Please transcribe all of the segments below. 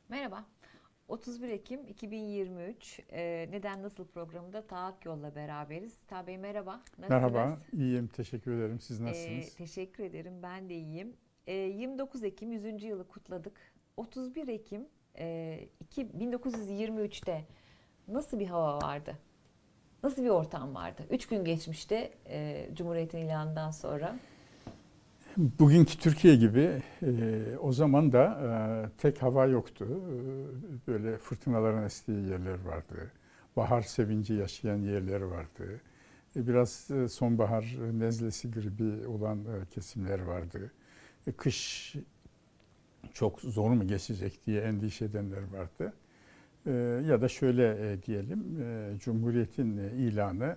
Merhaba. 31 Ekim 2023 Neden Nasıl programında Taha Akyol'la beraberiz. Taha Bey merhaba. Nasılsınız? Merhaba, iyiyim. Teşekkür ederim. Siz nasılsınız? Teşekkür ederim. Ben de iyiyim. 29 Ekim 100. yılı kutladık. 31 Ekim 1923'te nasıl bir hava vardı? Nasıl bir ortam vardı? 3 gün geçmişti Cumhuriyet'in ilanından sonra. Bugünkü Türkiye gibi o zaman da tek hava yoktu. Böyle fırtınaların estiği yerler vardı. Bahar sevinci yaşayan yerler vardı. Biraz sonbahar nezlesi gribi olan kesimler vardı. Kış çok zor mu geçecek diye endişe edenler vardı. Ya da şöyle diyelim, Cumhuriyet'in ilanı,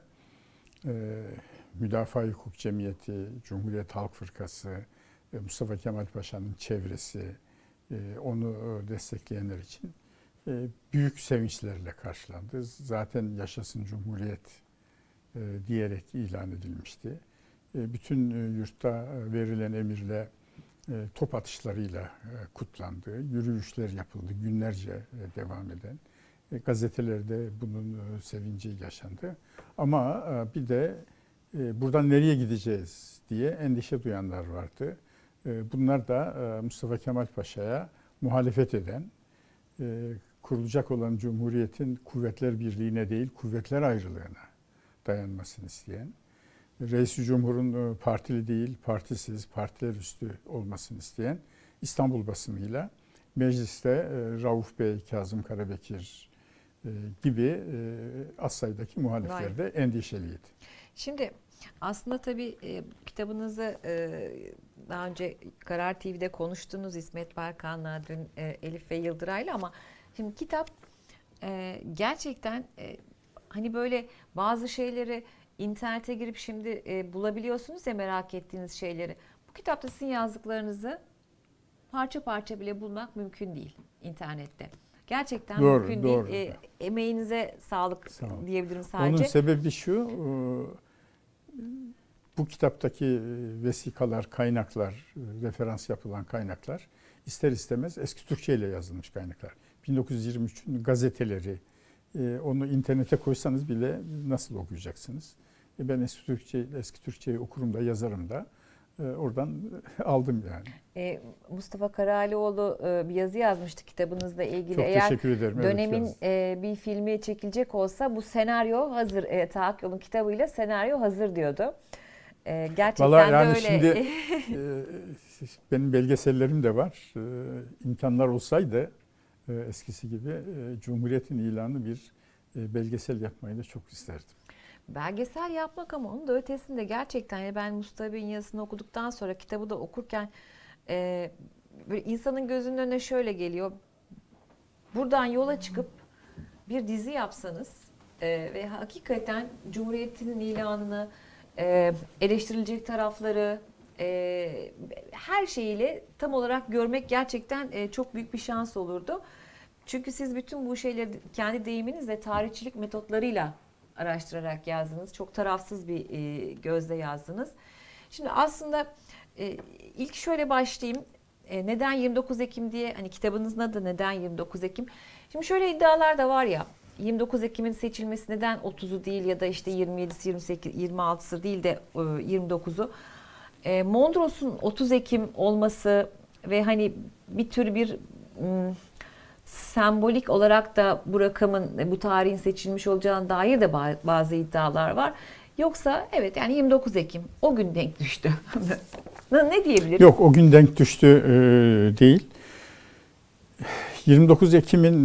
Müdafaa Hukuk Cemiyeti, Cumhuriyet Halk Fırkası, Mustafa Kemal Paşa'nın çevresi, onu destekleyenler için büyük sevinçlerle karşılandı. Zaten yaşasın Cumhuriyet diyerek ilan edilmişti. Bütün yurtta verilen emirle top atışlarıyla kutlandı. Yürüyüşler yapıldı, günlerce devam eden. Gazetelerde bunun sevinci yaşandı. Ama bir de buradan nereye gideceğiz diye endişe duyanlar vardı. Bunlar da Mustafa Kemal Paşa'ya muhalefet eden, kurulacak olan Cumhuriyet'in kuvvetler birliğine değil, kuvvetler ayrılığına dayanmasını isteyen, Reis-i Cumhur'un partili değil, partisiz, partiler üstü olmasını isteyen İstanbul basınıyla mecliste Rauf Bey, Kazım Karabekir gibi az sayıdaki muhalifler de endişeliydi. Şimdi aslında tabii kitabınızı daha önce Karar TV'de konuştunuz İsmet Barkan'la, dün Elif ve Yıldıray'la, ama şimdi kitap gerçekten hani böyle bazı şeyleri internete girip şimdi bulabiliyorsunuz ya, merak ettiğiniz şeyleri. Bu kitapta sizin yazdıklarınızı parça parça bile bulmak mümkün değil internette. Gerçekten Doğru, mümkün değil. doğru. Emeğinize sağlık Sağ olun. diyebilirim Onun sadece. sebebi şu, bu kitaptaki vesikalar, kaynaklar, referans yapılan kaynaklar ister istemez eski Türkçe ile yazılmış kaynaklar. 1923'ün gazeteleri, onu internete koysanız bile nasıl okuyacaksınız? Ben eski Türkçeyi okurum da yazarım da oradan aldım yani. Mustafa Karalioğlu bir yazı yazmıştı kitabınızla ilgili. Çok Eğer teşekkür ederim. dönemin Evet, bir filmi çekilecek olsa bu senaryo hazır. Taha Akyol'un kitabıyla senaryo hazır diyordu. Gerçekten vallahi de yani öyle. şimdi benim belgesellerim de var. İmkanlar olsaydı eskisi gibi Cumhuriyet'in ilanı bir belgesel yapmayı da çok isterdim. Belgesel yapmak, ama onun da ötesinde gerçekten, yani ben Mustafa Bey'in yazısını okuduktan sonra kitabı da okurken böyle insanın gözünün önüne şöyle geliyor. Buradan yola çıkıp bir dizi yapsanız ve hakikaten Cumhuriyet'in ilanını, eleştirilecek tarafları, her şeyiyle tam olarak görmek gerçekten çok büyük bir şans olurdu. Çünkü siz bütün bu şeyleri kendi deyiminizle tarihçilik metotlarıyla araştırarak yazdınız. Çok tarafsız bir gözle yazdınız. Şimdi aslında ilk şöyle başlayayım. Neden 29 Ekim diye, hani kitabınızın adı neden 29 Ekim? Şimdi şöyle iddialar da var ya, 29 Ekim'in seçilmesi neden 30'u değil ya da işte 27'si, 28, 26'sı değil de 29'u? Mondros'un 30 Ekim olması ve hani bir tür bir sembolik olarak da bu rakamın, bu tarihin seçilmiş olacağına dair de bazı iddialar var. Yoksa evet, yani 29 Ekim o gün denk düştü. Ne diyebiliriz? Yok, o gün denk düştü değil. 29 Ekim'in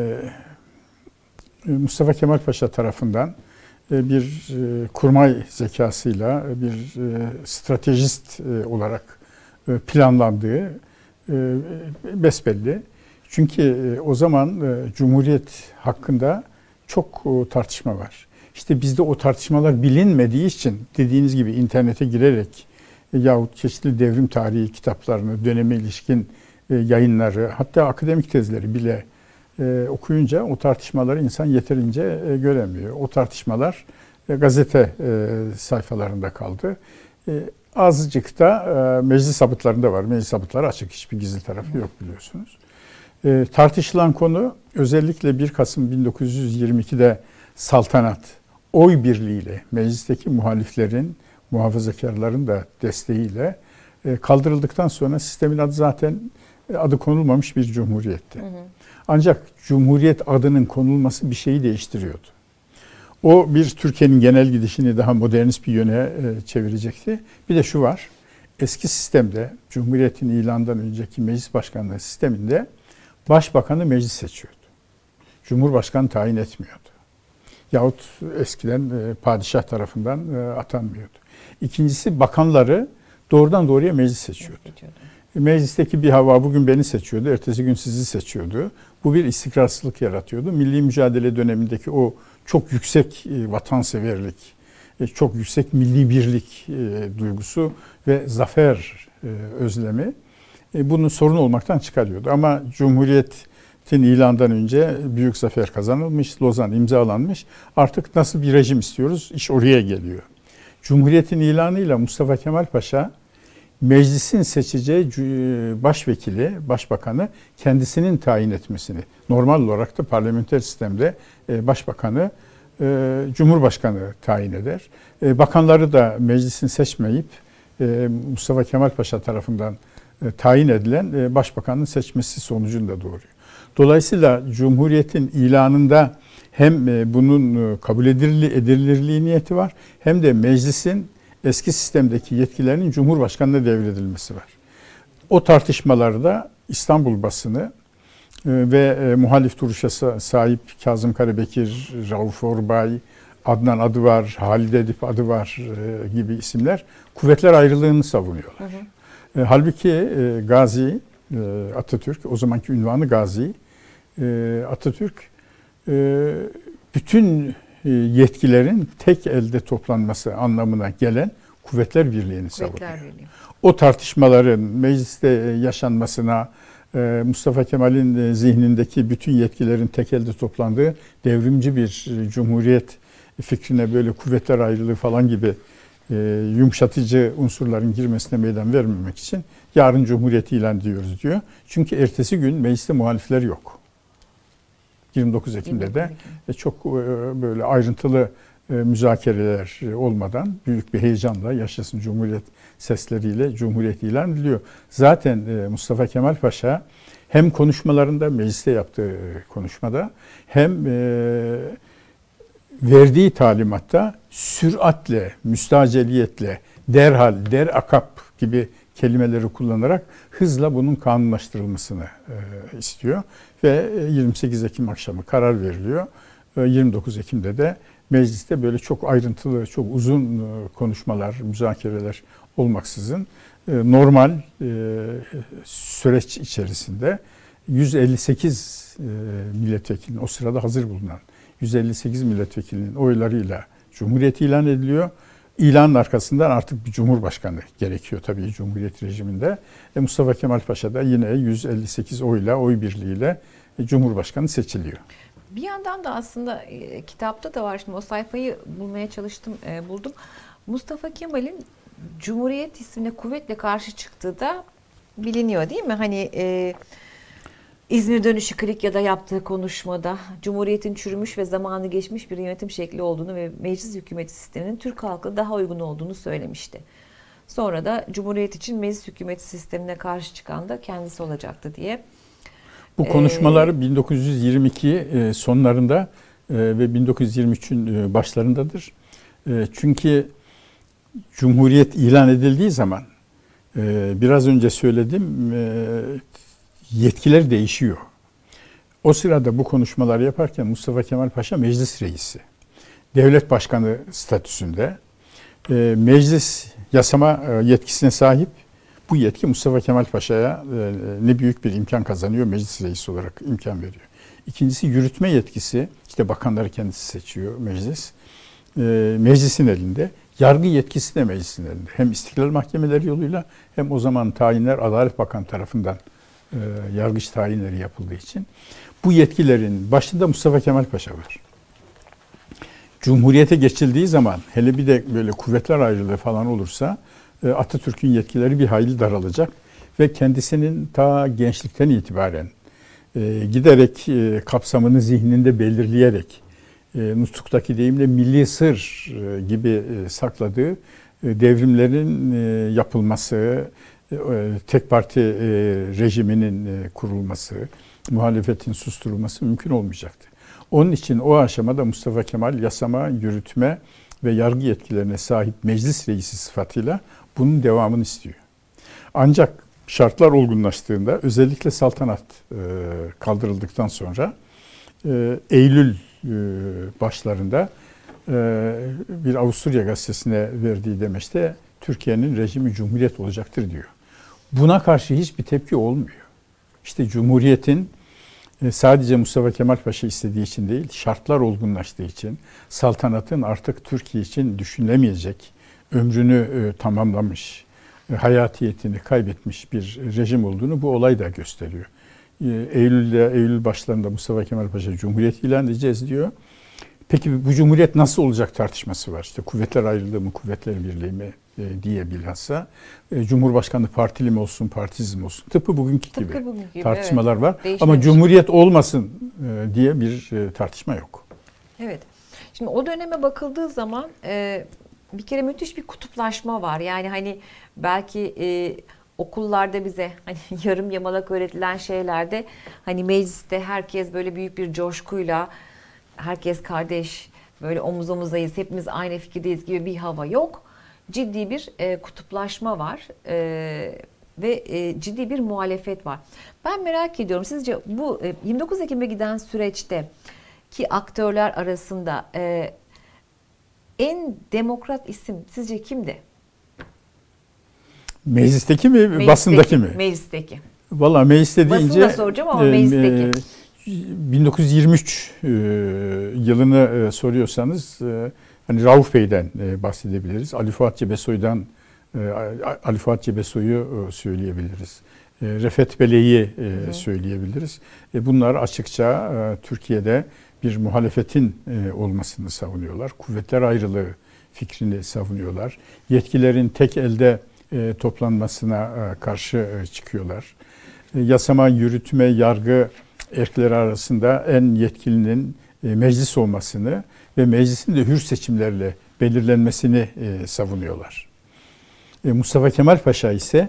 Mustafa Kemal Paşa tarafından bir kurmay zekasıyla bir stratejist olarak planlandığı besbelli. Çünkü o zaman Cumhuriyet hakkında çok tartışma var. İşte bizde o tartışmalar bilinmediği için dediğiniz gibi internete girerek yahut çeşitli devrim tarihi kitaplarını, döneme ilişkin yayınları, hatta akademik tezleri bile okuyunca o tartışmaları insan yeterince göremiyor. O tartışmalar gazete sayfalarında kaldı. Azıcık da meclis sabıtlarında var. Meclis sabıtları açık, hiçbir gizli tarafı yok biliyorsunuz. Tartışılan konu özellikle 1 Kasım 1922'de saltanat oy birliğiyle meclisteki muhaliflerin, muhafazakarların da desteğiyle kaldırıldıktan sonra sistemin adı zaten adı konulmamış bir cumhuriyetti. Ancak cumhuriyet adının konulması bir şeyi değiştiriyordu. O bir Türkiye'nin genel gidişini daha modernist bir yöne çevirecekti. Bir de şu var. Eski sistemde Cumhuriyet'in ilanından önceki meclis başkanlığı sisteminde başbakanı meclis seçiyordu. Cumhurbaşkanı tayin etmiyordu. Yahut eskiden padişah tarafından atanmıyordu. İkincisi bakanları doğrudan doğruya meclis seçiyordu. Meclisteki bir hava bugün beni seçiyordu, ertesi gün sizi seçiyordu. Bu bir istikrarsızlık yaratıyordu. Milli mücadele dönemindeki o çok yüksek vatanseverlik, çok yüksek milli birlik duygusu ve zafer özlemi bunun sorun olmaktan çıkarıyordu. Ama Cumhuriyet'in ilanından önce büyük zafer kazanılmış, Lozan imzalanmış. Artık nasıl bir rejim istiyoruz? İş oraya geliyor. Cumhuriyet'in ilanıyla Mustafa Kemal Paşa meclisin seçeceği başvekili, başbakanı kendisinin tayin etmesini, normal olarak da parlamenter sistemde başbakanı Cumhurbaşkanı tayin eder. Bakanları da meclisin seçmeyip Mustafa Kemal Paşa tarafından tayin edilen başbakanın seçmesi sonucunda doğuruyor. Dolayısıyla Cumhuriyet'in ilanında hem bunun kabul edilirliği niyeti var, hem de meclisin eski sistemdeki yetkilerinin Cumhurbaşkanı'na devredilmesi var. O tartışmalarda İstanbul basını ve muhalif duruşa sahip Kazım Karabekir, Rauf Orbay, Adnan Adıvar, Halide Edip Adıvar gibi isimler kuvvetler ayrılığını savunuyorlar. Halbuki Gazi, Atatürk, o zamanki ünvanı Gazi, Atatürk bütün yetkilerin tek elde toplanması anlamına gelen Kuvvetler Birliği'ni savunuyor. O tartışmaların mecliste yaşanmasına, Mustafa Kemal'in zihnindeki bütün yetkilerin tek elde toplandığı devrimci bir cumhuriyet fikrine böyle kuvvetler ayrılığı falan gibi yumuşatıcı unsurların girmesine meydan vermemek için yarın cumhuriyeti ilan ediyoruz diyor. Çünkü ertesi gün mecliste muhalifler yok. 29 Ekim'de de çok böyle ayrıntılı müzakereler olmadan büyük bir heyecanla yaşasın Cumhuriyet sesleriyle Cumhuriyet ilan ediliyor. Zaten Mustafa Kemal Paşa hem konuşmalarında, mecliste yaptığı konuşmada hem verdiği talimatta süratle, müstaceliyetle, derhal, derakap gibi kelimeleri kullanarak hızla bunun kanunlaştırılmasını istiyor. Ve 28 Ekim akşamı karar veriliyor. 29 Ekim'de de mecliste böyle çok ayrıntılı, çok uzun konuşmalar, müzakereler olmaksızın normal süreç içerisinde 158 milletvekilinin, o sırada hazır bulunan 158 milletvekilinin oylarıyla Cumhuriyet ilan ediliyor. İlanın arkasından artık bir cumhurbaşkanı gerekiyor tabii Cumhuriyet rejiminde. Mustafa Kemal Paşa da yine 158 oyla, oy birliğiyle Cumhurbaşkanı seçiliyor. Bir yandan da aslında kitapta da var, şimdi o sayfayı bulmaya çalıştım, buldum. Mustafa Kemal'in Cumhuriyet ismine kuvvetle karşı çıktığı da biliniyor değil mi? Hani İzmir dönüşü Kilikya'da yaptığı konuşmada Cumhuriyet'in çürümüş ve zamanı geçmiş bir yönetim şekli olduğunu ve meclis hükümeti sisteminin Türk halkına daha uygun olduğunu söylemişti. Sonra da Cumhuriyet için meclis hükümeti sistemine karşı çıkan da kendisi olacaktı diye. Bu konuşmalar 1922 sonlarında ve 1923'ün başlarındadır. Çünkü Cumhuriyet ilan edildiği zaman biraz önce söyledim, yetkiler değişiyor. O sırada bu konuşmaları yaparken Mustafa Kemal Paşa meclis reisi, devlet başkanı statüsünde, meclis yasama yetkisine sahip. Bu yetki Mustafa Kemal Paşa'ya ne büyük bir imkan kazanıyor, meclis reisi olarak imkan veriyor. İkincisi yürütme yetkisi, işte bakanları kendisi seçiyor meclis. Meclisin elinde. Yargı yetkisi de meclisin elinde. Hem istiklal mahkemeleri yoluyla hem o zaman tayinler Adalet Bakanı tarafından yargıç tayinleri yapıldığı için. Bu yetkilerin başında Mustafa Kemal Paşa var. Cumhuriyete geçildiği zaman hele bir de böyle kuvvetler ayrılığı falan olursa Atatürk'ün yetkileri bir hayli daralacak ve kendisinin ta gençlikten itibaren giderek kapsamını zihninde belirleyerek Nutuk'taki deyimle milli sır gibi sakladığı devrimlerin yapılması, tek parti rejiminin kurulması, muhalefetin susturulması mümkün olmayacaktı. Onun için o aşamada Mustafa Kemal yasama, yürütme ve yargı yetkilerine sahip meclis reisi sıfatıyla bunun devamını istiyor. Ancak şartlar olgunlaştığında, özellikle saltanat kaldırıldıktan sonra Eylül başlarında bir Avusturya gazetesine verdiği demeçte Türkiye'nin rejimi cumhuriyet olacaktır diyor. Buna karşı hiçbir tepki olmuyor. İşte Cumhuriyet'in sadece Mustafa Kemal Paşa istediği için değil, şartlar olgunlaştığı için, saltanatın artık Türkiye için düşünülemeyecek, ömrünü tamamlamış, hayatiyetini kaybetmiş bir rejim olduğunu bu olay da gösteriyor. Eylül başlarında Mustafa Kemal Paşa Cumhuriyet ilan edeceğiz diyor. Peki bu Cumhuriyet nasıl olacak tartışması var. İşte kuvvetler ayrılığı mı, kuvvetler birliği mi diye bilhassa. Cumhurbaşkanlığı partili mi olsun, partisiz mi olsun. Tıpkı bugünkü gibi tartışmalar var. Değişmemiş. Ama Cumhuriyet olmasın diye bir tartışma yok. Evet. Şimdi o döneme bakıldığı zaman bir kere müthiş bir kutuplaşma var. Yani hani belki okullarda bize hani yarım yamalak öğretilen şeylerde hani mecliste herkes böyle büyük bir coşkuyla, herkes kardeş, böyle omuz omuzayız, hepimiz aynı fikirdeyiz gibi bir hava yok. Ciddi bir kutuplaşma var ve ciddi bir muhalefet var. Ben merak ediyorum, sizce bu 29 Ekim'e giden süreçte ki aktörler arasında en demokrat isim sizce kimdi? Meclisteki mi, basındaki mi? Meclisteki. Vallahi mecliste deyince... Basında soracağım ama meclisteki. 1923 yılını soruyorsanız hani Rauf Bey'den bahsedebiliriz. Ali Fuat Cebesoy'u söyleyebiliriz. Refet Bele'yi söyleyebiliriz. Bunlar açıkça Türkiye'de bir muhalefetin olmasını savunuyorlar. Kuvvetler ayrılığı fikrini savunuyorlar. Yetkilerin tek elde toplanmasına karşı çıkıyorlar. Yasama, yürütme, yargı erkleri arasında en yetkilinin meclis olmasını ve meclisin de hür seçimlerle belirlenmesini savunuyorlar. Mustafa Kemal Paşa ise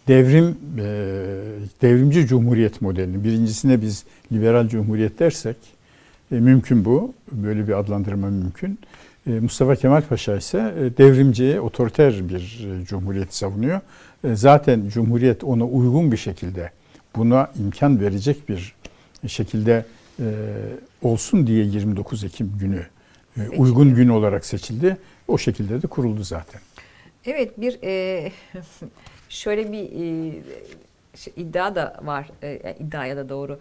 devrimci cumhuriyet modelini, birincisine biz liberal cumhuriyet dersek mümkün bu, böyle bir adlandırma mümkün. Mustafa Kemal Paşa ise devrimci, otoriter bir cumhuriyet savunuyor. Zaten cumhuriyet ona uygun bir şekilde, buna imkan verecek bir şekilde olsun diye 29 Ekim günü uygun gün olarak seçildi. O şekilde de kuruldu zaten. Evet, bir şöyle bir iddia da var, iddiaya da doğru.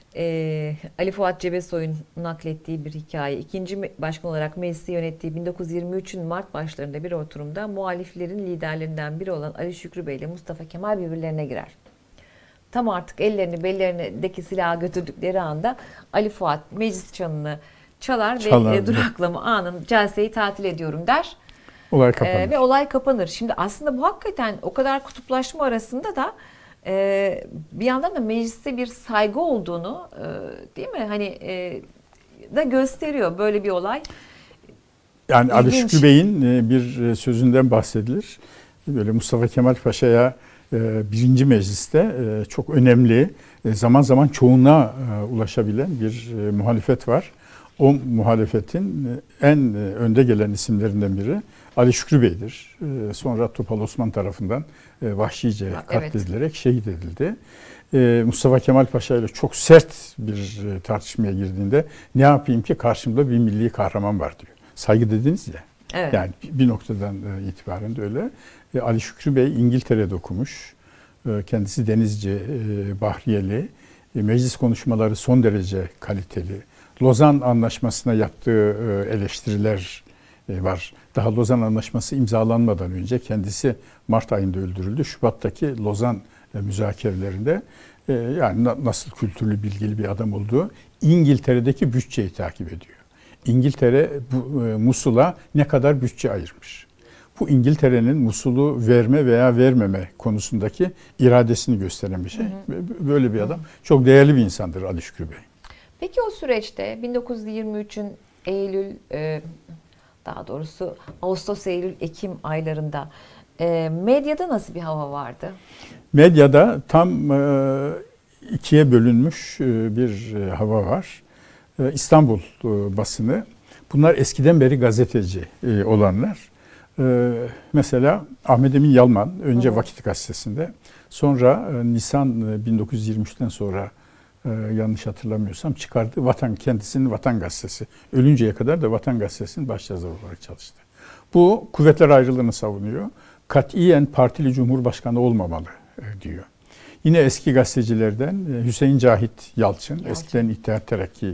Ali Fuat Cebesoy'un naklettiği bir hikaye. İkinci başkan olarak meclisi yönettiği 1923'ün Mart başlarında bir oturumda muhaliflerin liderlerinden biri olan Ali Şükrü Bey ile Mustafa Kemal birbirlerine girer. Tam artık ellerini bellerindeki silahı götürdükleri anda Ali Fuat meclis çanını çalar ve duraklama anın celseyi tatil ediyorum der. Olay kapanır. Ve olay kapanır. Şimdi aslında bu hakikaten o kadar kutuplaşma arasında da bir yandan da mecliste bir saygı olduğunu değil mi? Hani da gösteriyor böyle bir olay. Yani İlginç. Ali Şükrü Bey'in bir sözünden bahsedilir. Böyle Mustafa Kemal Paşa'ya birinci mecliste çok önemli, zaman zaman çoğunluğa ulaşabilen bir muhalefet var. O muhalefetin en önde gelen isimlerinden biri Ali Şükrü Bey'dir. Sonra Topal Osman tarafından vahşice katledilerek şehit edildi. Mustafa Kemal Paşa ile çok sert bir tartışmaya girdiğinde ne yapayım ki karşımda bir milli kahraman var diyor. Saygı dediniz ya. Evet. Yani bir noktadan itibaren de öyle. Ali Şükrü Bey İngiltere'de okumuş. Kendisi Denizci, Bahriyeli. Meclis konuşmaları son derece kaliteli. Lozan Anlaşması'na yaptığı eleştiriler var. Daha Lozan Anlaşması imzalanmadan önce kendisi Mart ayında öldürüldü. Şubat'taki Lozan müzakerelerinde yani nasıl kültürlü, bilgili bir adam olduğu İngiltere'deki bütçeyi takip ediyor. İngiltere Musul'a ne kadar bütçe ayırmış. bu İngiltere'nin Musul'u verme veya vermeme konusundaki iradesini gösteren bir şey. Böyle bir adam. Çok değerli bir insandır Ali Şükrü Bey. Peki o süreçte 1923'ün Eylül, daha doğrusu Ağustos, Eylül, Ekim aylarında medyada nasıl bir hava vardı? Medyada tam ikiye bölünmüş bir hava var. İstanbul basını. Bunlar eskiden beri gazeteci olanlar. Mesela Ahmet Emin Yalman önce Vakit Gazetesi'nde, sonra Nisan 1923'ten sonra yanlış hatırlamıyorsam çıkardığı kendisinin Vatan Gazetesi. Ölünceye kadar da Vatan Gazetesi'nin başyazarı olarak çalıştı. Bu kuvvetler ayrılığını savunuyor. Katiyen partili cumhurbaşkanı olmamalı diyor. Yine eski gazetecilerden Hüseyin Cahit Yalçın. Eskiden İttihat Terakki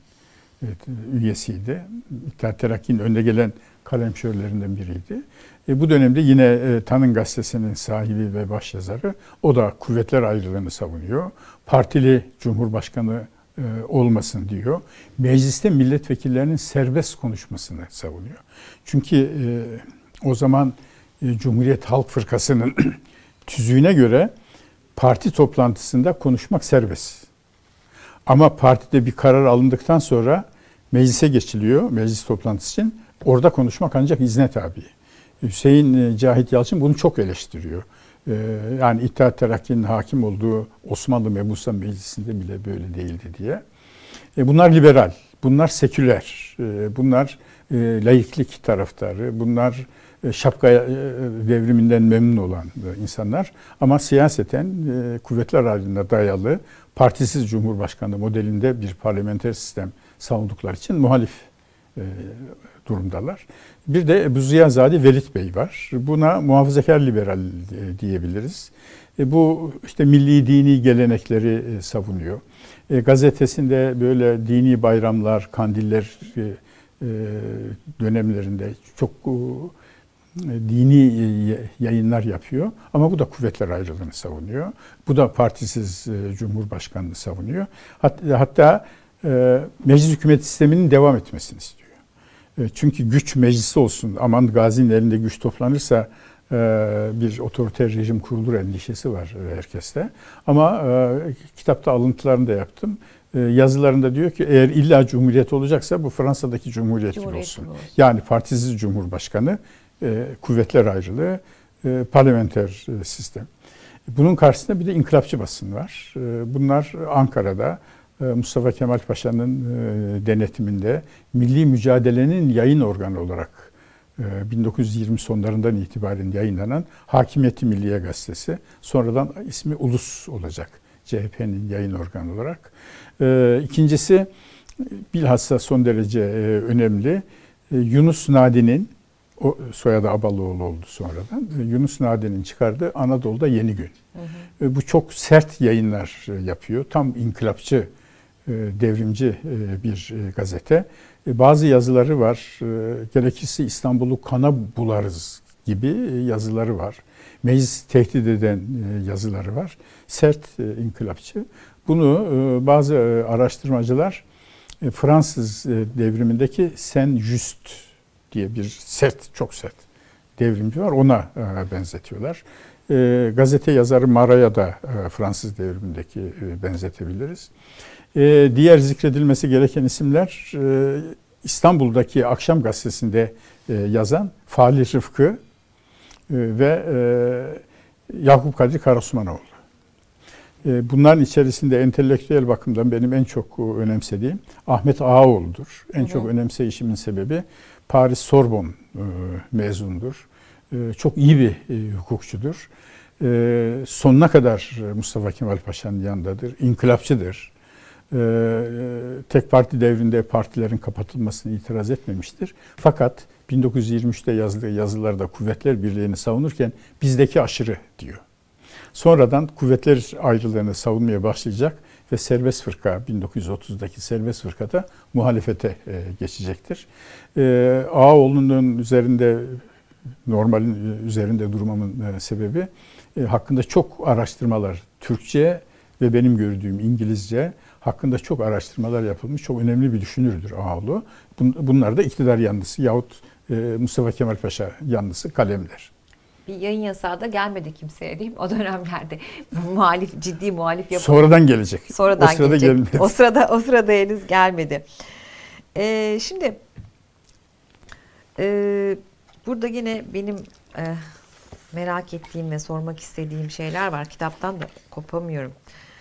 üyesiydi. İttihat Terakki'nin önde gelen kalemşörlerinden biriydi. Bu dönemde yine Tan'ın gazetesinin sahibi ve başyazarı. O da kuvvetler ayrılığını savunuyor. Partili cumhurbaşkanı olmasın diyor. Mecliste milletvekillerinin serbest konuşmasını savunuyor. Çünkü o zaman Cumhuriyet Halk Fırkası'nın tüzüğüne göre parti toplantısında konuşmak serbest. Ama partide bir karar alındıktan sonra meclise geçiliyor, meclis toplantısı için. Orada konuşmak ancak izne tabi. Hüseyin Cahit Yalçın bunu çok eleştiriyor. Yani İttihat Terakki'nin hakim olduğu Osmanlı Mebusan Meclisi'nde bile böyle değildi diye. Bunlar liberal, bunlar seküler, bunlar laiklik taraftarı, bunlar şapka devriminden memnun olan insanlar. Ama siyaseten kuvvetler ayrılığına dayalı partisiz cumhurbaşkanlığı modelinde bir parlamenter sistem savundukları için muhalif durumdalar. Bir de Ebu Ziyazade Velid Bey var. Buna muhafazakar liberal diyebiliriz. Bu işte milli dini gelenekleri savunuyor. Gazetesinde böyle dini bayramlar, kandiller dönemlerinde çok dini yayınlar yapıyor. Ama bu da kuvvetler ayrılığını savunuyor. Bu da partisiz cumhurbaşkanlığı savunuyor. Hatta meclis hükümet sisteminin devam etmesini istiyor. Çünkü güç meclisi olsun, aman Gazi'nin elinde güç toplanırsa bir otoriter rejim kurulur endişesi var herkeste. Ama kitapta alıntılarını da yaptım. Yazılarında diyor ki eğer illa cumhuriyet olacaksa bu Fransa'daki cumhuriyet gibi olsun. Yani partisiz cumhurbaşkanı, kuvvetler ayrılığı, parlamenter sistem. Bunun karşısında bir de inkılapçı basın var. Bunlar Ankara'da Mustafa Kemal Paşa'nın denetiminde milli mücadelenin yayın organı olarak 1920 sonlarından itibaren yayınlanan Hakimiyeti Milliye Gazetesi, sonradan ismi Ulus olacak CHP'nin yayın organı olarak. İkincisi bilhassa son derece önemli, Yunus Nadi'nin, o soyadı Abaloğlu oldu sonradan, Yunus Nadi'nin çıkardığı Anadolu'da Yeni Gün. Bu çok sert yayınlar yapıyor. Tam inkılapçı, devrimci bir gazete. Bazı yazıları var. Gerekirse İstanbul'u kana bularız gibi yazıları var. Meclis tehdit eden yazıları var. Sert inkılapçı. Bunu bazı araştırmacılar Fransız devrimindeki Saint-Just diye bir sert, çok sert devrimci var. Ona benzetiyorlar. Gazete yazarı Mara'ya da Fransız devrimindeki benzetebiliriz. Diğer zikredilmesi gereken isimler İstanbul'daki Akşam Gazetesi'nde yazan Fahri Rıfkı ve Yakup Kadri Karasmanoğlu. Bunların içerisinde entelektüel bakımdan benim en çok önemsediğim Ahmet Ağaoğlu'dur. En çok önemseyişimin sebebi Paris Sorbonne mezundur. Çok iyi bir hukukçudur. Sonuna kadar Mustafa Kemal Paşa'nın yanındadır. İnkılapçıdır. Tek parti devrinde partilerin kapatılmasını itiraz etmemiştir. Fakat 1923'te yazdığı yazılarda Kuvvetler Birliği'ni savunurken bizdeki aşırı diyor. Sonradan kuvvetler ayrılığını savunmaya başlayacak ve serbest fırka, 1930'daki serbest fırkada muhalefete geçecektir. Ağaoğlu'nun üzerinde, normalin üzerinde durmamın sebebi hakkında çok araştırmalar, Türkçe ve benim gördüğüm İngilizce hakkında çok araştırmalar yapılmış. Çok önemli bir düşünürdür Ağaoğlu. Bunlar da iktidar yanlısı yahut Mustafa Kemal Paşa yanlısı kalemler. Bir yayın yasağı da gelmedi kimseye diyeyim o dönemlerde. Ciddi muhalif yapı. Sonradan gelecek. Sonradan o sırada gelecek. gelmedi. O sırada henüz gelmedi. Şimdi burada yine benim merak ettiğim ve sormak istediğim şeyler var. Kitaptan da kopamıyorum.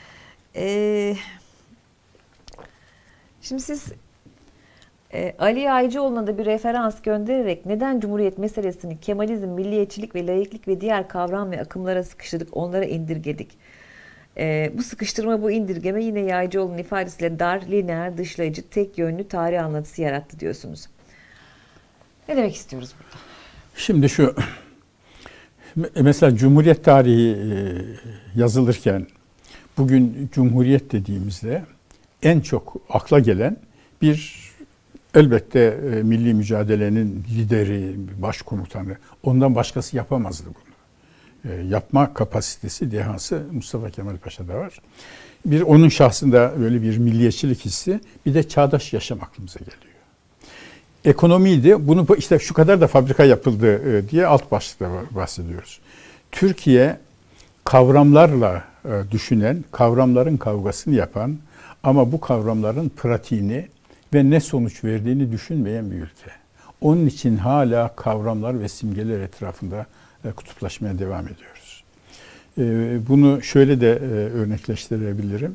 Şimdi siz Ali Yaycıoğlu'na da bir referans göndererek neden Cumhuriyet meselesini Kemalizm, milliyetçilik ve laiklik ve diğer kavram ve akımlara sıkıştırdık, onlara indirgedik. Bu sıkıştırma, bu indirgeme yine Yaycıoğlu'nun ifadesiyle dar, lineer, dışlayıcı, tek yönlü tarih anlatısı yarattı diyorsunuz. Ne demek istiyoruz burada? Şimdi şu, mesela Cumhuriyet tarihi yazılırken bugün Cumhuriyet dediğimizde en çok akla gelen elbette milli mücadelenin lideri, başkomutanı, ondan başkası yapamazdı bunu. Yapma kapasitesi, dehası Mustafa Kemal Paşa'da var. Onun şahsında böyle bir milliyetçilik hissi, bir de çağdaş yaşam aklımıza geliyor. Ekonomiydi, bunu işte şu kadar da fabrika yapıldı diye alt başlıkta bahsediyoruz. Türkiye kavramlarla düşünen, kavramların kavgasını yapan ama bu kavramların pratiğini ve ne sonuç verdiğini düşünmeyen bir ülke. Onun için hala kavramlar ve simgeler etrafında kutuplaşmaya devam ediyoruz. Bunu şöyle de örnekleştirebilirim.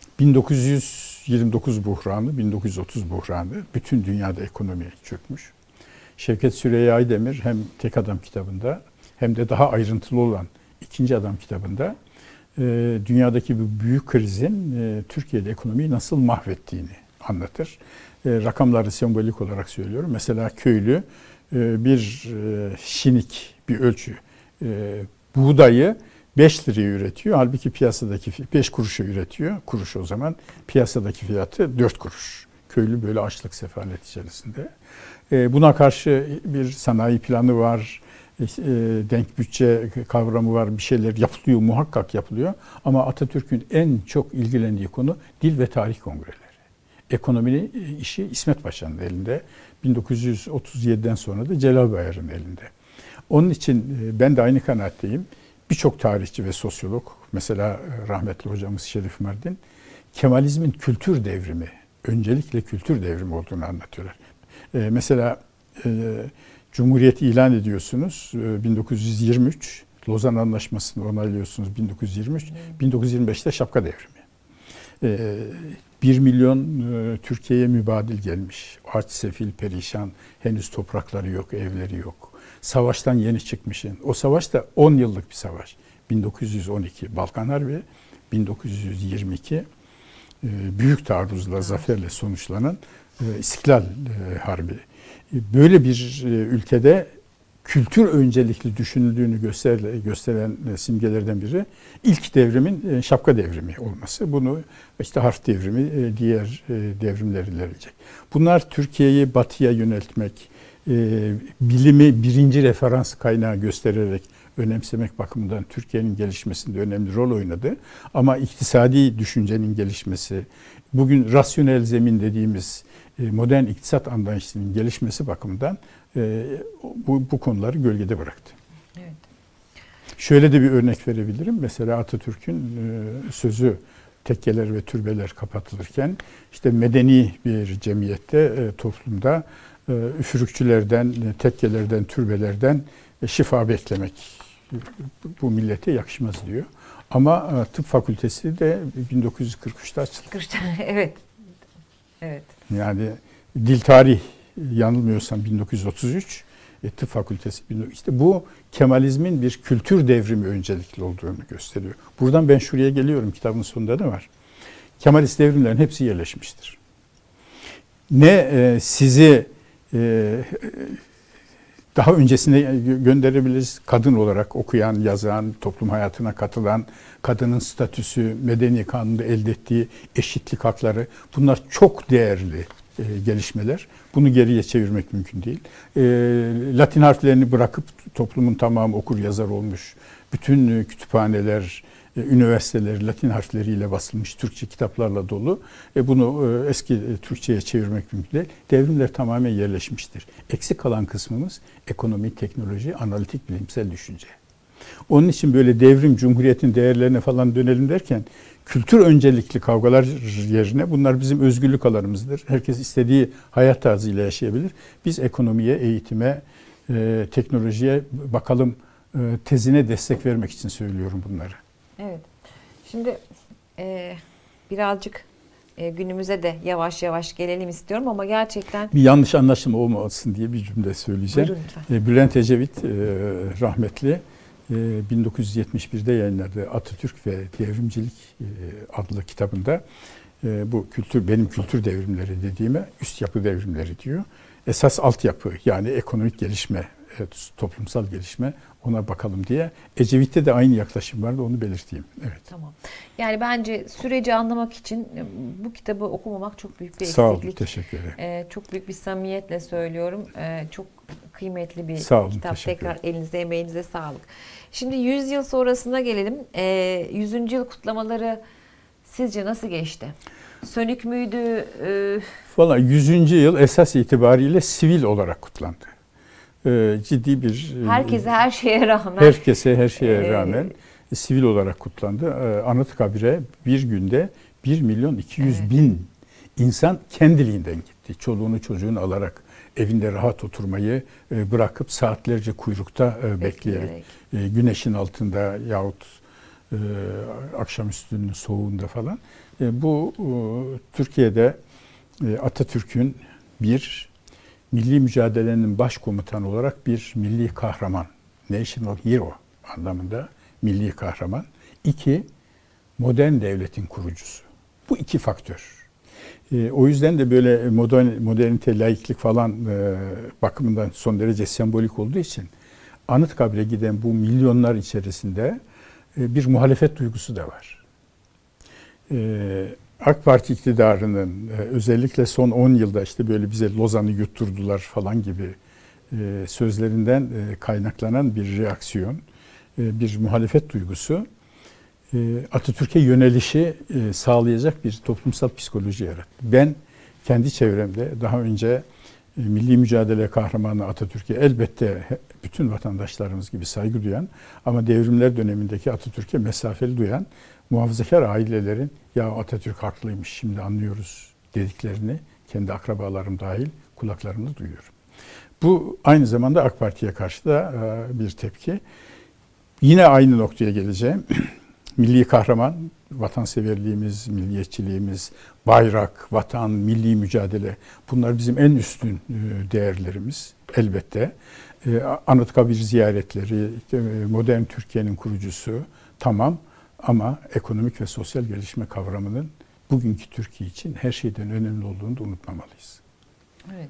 1929 buhranı, 1930 buhranı bütün dünyada ekonomiye çökmüş. Şevket Süreyya Aydemir hem Tek Adam kitabında hem de daha ayrıntılı olan İkinci Adam kitabında dünyadaki bu büyük krizin Türkiye'de ekonomiyi nasıl mahvettiğini anlatır. Rakamları sembolik olarak söylüyorum. Mesela köylü bir şinik, bir ölçü buğdayı 5 liraya üretiyor. Halbuki piyasadaki 5 kuruşa üretiyor. Kuruş o zaman. Piyasadaki fiyatı 4 kuruş. Köylü böyle açlık, sefalet içerisinde. Buna karşı bir sanayi planı var. Denk bütçe kavramı var. Bir şeyler yapılıyor, muhakkak yapılıyor. Ama Atatürk'ün en çok ilgilendiği konu dil ve tarih kongreleri. Ekonominin işi İsmet Paşa'nın elinde. 1937'den sonra da Celal Bayar'ın elinde. Onun için ben de aynı kanaatteyim. Birçok tarihçi ve sosyolog, mesela rahmetli hocamız Şerif Mardin, Kemalizmin kültür devrimi, öncelikle kültür devrimi olduğunu anlatıyorlar. Mesela Cumhuriyeti ilan ediyorsunuz 1923, Lozan Anlaşması'nı onaylıyorsunuz 1923, 1925'te şapka devrimi. 1 milyon Türkiye'ye mübadil gelmiş. Aç, sefil, perişan, henüz toprakları yok, evleri yok. Savaştan yeni çıkmışın. O savaş da 10 yıllık bir savaş. 1912 Balkan Harbi, 1922 büyük taarruzla, zaferle sonuçlanan İstiklal Harbi. Böyle bir ülkede kültür öncelikli düşünüldüğünü gösteren simgelerden biri ilk devrimin şapka devrimi olması. Bunu işte harf devrimi, diğer devrimler ilerleyecek. Bunlar Türkiye'yi batıya yöneltmek, bilimi birinci referans kaynağı göstererek önemsemek bakımından Türkiye'nin gelişmesinde önemli rol oynadı. Ama iktisadi düşüncenin gelişmesi, bugün rasyonel zemin dediğimiz modern iktisat anlayışının gelişmesi bakımından bu konuları gölgede bıraktı. Evet. Şöyle de bir örnek verebilirim. Mesela Atatürk'ün sözü tekkeler ve türbeler kapatılırken işte medeni bir cemiyette, toplumda üfürükçülerden, tekkelerden, türbelerden şifa beklemek bu millete yakışmaz diyor. Ama tıp fakültesi de 1943'te açıldı. Evet. Evet. Yani dil tarih yanılmıyorsam 1933, tıp fakültesi. İşte bu Kemalizmin bir kültür devrimi öncelikli olduğunu gösteriyor. Buradan ben şuraya geliyorum, kitabın sonunda da var. Kemalist devrimlerin hepsi yerleşmiştir. Ne sizi daha öncesine gönderebiliriz. Kadın olarak okuyan, yazan, toplum hayatına katılan, kadının statüsü, medeni kanunda elde ettiği eşitlik hakları, bunlar çok değerli gelişmeler. Bunu geriye çevirmek mümkün değil. Latin harflerini bırakıp toplumun tamamı okur yazar olmuş. Bütün kütüphaneler üniversiteleri Latin harfleriyle basılmış Türkçe kitaplarla dolu. Bunu eski Türkçe'ye çevirmek mümkün değil. Devrimler tamamen yerleşmiştir. Eksik kalan kısmımız ekonomi, teknoloji, analitik, bilimsel düşünce. Onun için böyle devrim, cumhuriyetin değerlerine falan dönelim derken kültür öncelikli kavgalar yerine bunlar bizim özgürlük alanımızdır. Herkes istediği hayat tarzıyla yaşayabilir. Biz ekonomiye, eğitime, teknolojiye bakalım tezine destek vermek için söylüyorum bunları. Evet. Şimdi birazcık günümüze de yavaş yavaş gelelim istiyorum ama gerçekten... Bir yanlış anlaşılma olmasın diye bir cümle söyleyeceğim. Buyurun lütfen. Bülent Ecevit rahmetli 1971'de yayınladığı Atatürk ve Devrimcilik adlı kitabında bu benim kültür devrimleri dediğime üst yapı devrimleri diyor. Esas altyapı yani ekonomik gelişme, toplumsal gelişme ona bakalım diye. Ecevit'te de aynı yaklaşım vardı, onu belirteyim. Evet. Tamam. Yani bence süreci anlamak için bu kitabı okumamak çok büyük bir eksiklik. Sağ olun, teşekkür ederim. Çok büyük bir samimiyetle söylüyorum. Çok kıymetli bir Sağ olun, kitap. teşekkür Tekrar elinize, emeğinize sağlık. Şimdi 100 yıl sonrasına gelelim. 100. yıl kutlamaları sizce nasıl geçti? Sönük müydü? Valla 100. yıl esas itibariyle sivil olarak kutlandı. Ciddi bir... Herkese, her şeye rağmen. Herkese, her şeye rağmen sivil olarak kutlandı. Anıtkabir'e bir günde 1.200.000 insan kendiliğinden gitti. Çoluğunu çocuğunu alarak evinde rahat oturmayı bırakıp saatlerce kuyrukta bekleyerek. Güneşin altında yahut akşamüstünün soğuğunda falan. Bu Türkiye'de Atatürk'ün bir milli mücadelenin başkomutanı olarak bir milli kahraman, national hero anlamında milli kahraman. 2, modern devletin kurucusu. Bu iki faktör. O yüzden de böyle modernite, laiklik falan bakımından son derece sembolik olduğu için Anıtkabir'e giden bu milyonlar içerisinde bir muhalefet duygusu da var. AK Parti iktidarının özellikle son 10 yılda işte böyle bize Lozan'ı yutturdular falan gibi sözlerinden kaynaklanan bir reaksiyon, bir muhalefet duygusu Atatürk'e yönelişi sağlayacak bir toplumsal psikoloji yarattı. Ben kendi çevremde daha önce milli mücadele kahramanı Atatürk'e elbette bütün vatandaşlarımız gibi saygı duyan ama devrimler dönemindeki Atatürk'e mesafeli duyan muhafazakar ailelerin ya Atatürk haklıymış şimdi anlıyoruz dediklerini kendi akrabalarım dahil kulaklarımda duyuyorum. Bu aynı zamanda AK Parti'ye karşı da bir tepki. Yine aynı noktaya geleceğim. Milli kahraman, vatanseverliğimiz, milliyetçiliğimiz, bayrak, vatan, milli mücadele bunlar bizim en üstün değerlerimiz elbette. Anıtkabir ziyaretleri, modern Türkiye'nin kurucusu tamam ama ekonomik ve sosyal gelişme kavramının bugünkü Türkiye için her şeyden önemli olduğunu da unutmamalıyız. Evet.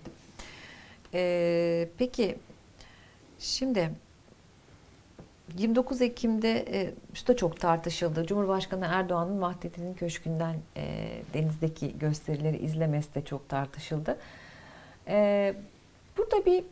Peki şimdi 29 Ekim'de şu da çok tartışıldı. Cumhurbaşkanı Erdoğan'ın Vahdettin'in köşkünden denizdeki gösterileri izlemesi de çok tartışıldı. Burada bir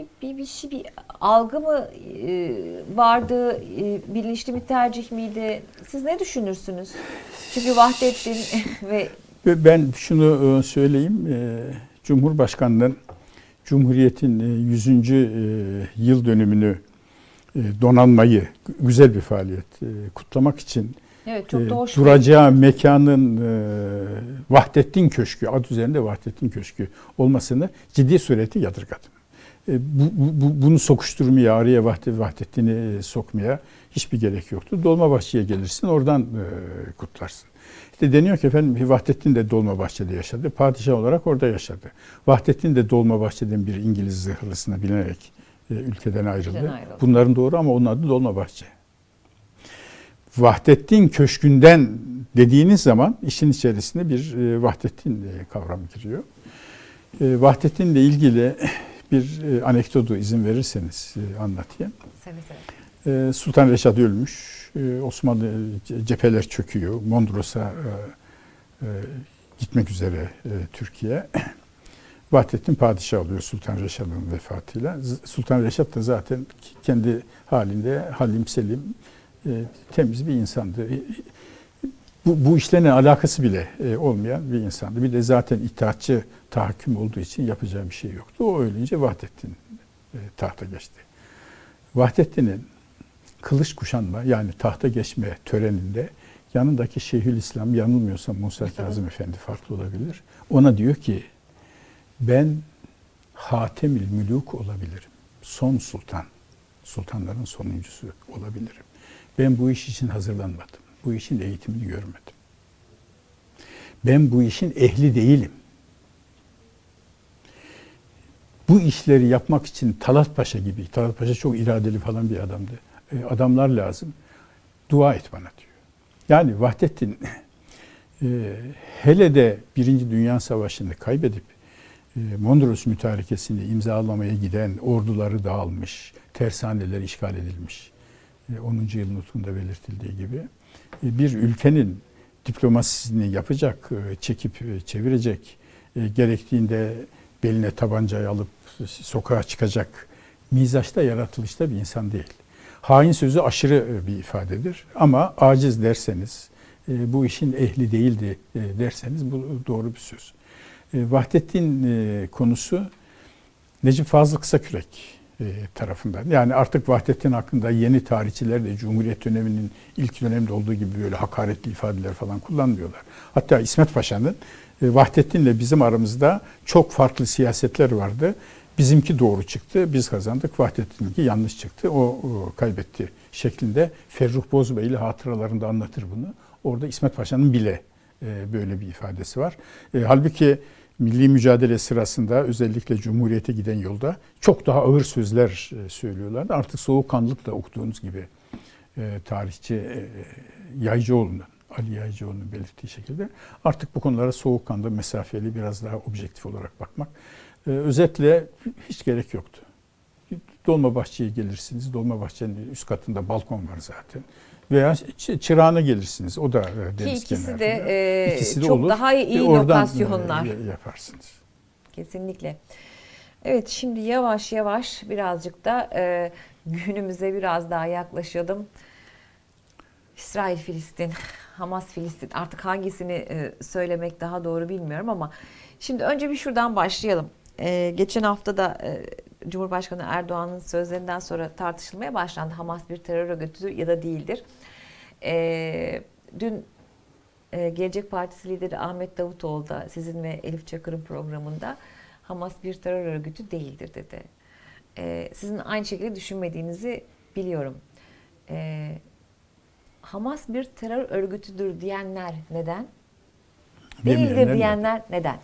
algı mı vardı, bilinçli bir tercih miydi? Siz ne düşünürsünüz? Çünkü Vahdettin ve... Ben şunu söyleyeyim, Cumhurbaşkanı'nın Cumhuriyet'in 100. yıl dönümünü donanmayı, güzel bir faaliyet, kutlamak için evet, çok da hoş duracağı mekanın Vahdettin Köşkü, adı üzerinde Vahdettin Köşkü olmasını ciddi sureti yadırgadım. Bunu sokuşturmaya, araya Vahdettin'i sokmaya hiçbir gerek yoktu. Dolmabahçe'ye gelirsin, oradan kutlarsın. İşte deniyor ki efendim Vahdettin de Dolmabahçe'de yaşadı. Padişah olarak orada yaşadı. Vahdettin de Dolmabahçe'den bir İngiliz zırhlısına binerek ülkeden ayrıldı. Bunların doğru ama onun adı Dolmabahçe. Vahdettin Köşkü'nden dediğiniz zaman işin içerisinde bir Vahdettin kavramı giriyor. Vahdettin'le ilgili bir anekdotu izin verirseniz anlatayım. Seve. Sultan Reşat ölmüş. Osmanlı cepheler çöküyor. Mondros'a gitmek üzere Türkiye. Vahdettin padişah oluyor Sultan Reşat'ın vefatıyla. Sultan Reşat da zaten kendi halinde halim selim temiz bir insandı. Bu işlerle alakası bile olmayan bir insandı. Bir de zaten itaatçı tahakküm olduğu için yapacağı bir şey yoktu. O ölünce Vahdettin tahta geçti. Vahdettin'in kılıç kuşanma yani tahta geçme töreninde yanındaki Şeyhülislam, yanılmıyorsam Musa Kazım Efendi, farklı olabilir. Ona diyor ki ben Hatemül Müluk olabilirim. Son sultan, sultanların sonuncusu olabilirim. Ben bu iş için hazırlanmadım. Bu işin eğitimini görmedim. Ben bu işin ehli değilim. Bu işleri yapmak için Talat Paşa gibi, Talat Paşa çok iradeli falan bir adamdı. Adamlar lazım. Dua et bana diyor. Yani Vahdettin hele de Birinci Dünya Savaşı'nı kaybedip Mondros Mütarekesi'ni imzalamaya giden orduları dağılmış, tersaneler işgal edilmiş. 10. yıl nutukunda belirtildiği gibi bir ülkenin diplomasisini yapacak, çekip çevirecek, gerektiğinde beline tabancayı alıp sokağa çıkacak mizaçta, yaratılışta bir insan değil. Hain sözü aşırı bir ifadedir ama aciz derseniz, bu işin ehli değildi derseniz bu doğru bir söz. Vahdettin konusu Necip Fazıl Kısakürek tarafından. Yani artık Vahdettin hakkında yeni tarihçiler de Cumhuriyet döneminin ilk dönemde olduğu gibi böyle hakaretli ifadeler falan kullanmıyorlar. Hatta İsmet Paşa'nın Vahdettin'le bizim aramızda çok farklı siyasetler vardı. Bizimki doğru çıktı, biz kazandık. Vahdettin'inki yanlış çıktı, o kaybetti şeklinde Ferruh Bozbeyli hatıralarında anlatır bunu. Orada İsmet Paşa'nın bile böyle bir ifadesi var. Halbuki milli mücadele sırasında özellikle Cumhuriyet'e giden yolda çok daha ağır sözler söylüyorlardı. Artık soğukkanlılıkla okuduğunuz gibi tarihçi Yaycıoğlu'nun, Ali Yaycıoğlu'nun belirttiği şekilde artık bu konulara soğukkanlı, mesafeli, biraz daha objektif olarak bakmak. Özetle hiç gerek yoktu. Dolmabahçe'ye gelirsiniz. Dolmabahçe'nin üst katında balkon var zaten. Veya Çırağan'a gelirsiniz. O da deniz ikisi kenarında. İkisi de çok olur. Daha iyi lokasyonlar. Yaparsınız. Kesinlikle. Evet, şimdi yavaş yavaş birazcık da günümüze biraz daha yaklaşalım. İsrail-Filistin, Hamas-Filistin, artık hangisini söylemek daha doğru bilmiyorum ama şimdi önce bir şuradan başlayalım. Geçen hafta da Cumhurbaşkanı Erdoğan'ın sözlerinden sonra tartışılmaya başlandı. Hamas bir terör örgütüdür ya da değildir. Dün Gelecek Partisi lideri Ahmet Davutoğlu da sizin ve Elif Çakır'ın programında Hamas bir terör örgütü değildir dedi. Sizin aynı şekilde düşünmediğinizi biliyorum. Hamas bir terör örgütüdür diyenler neden? Değildir diyenler neden?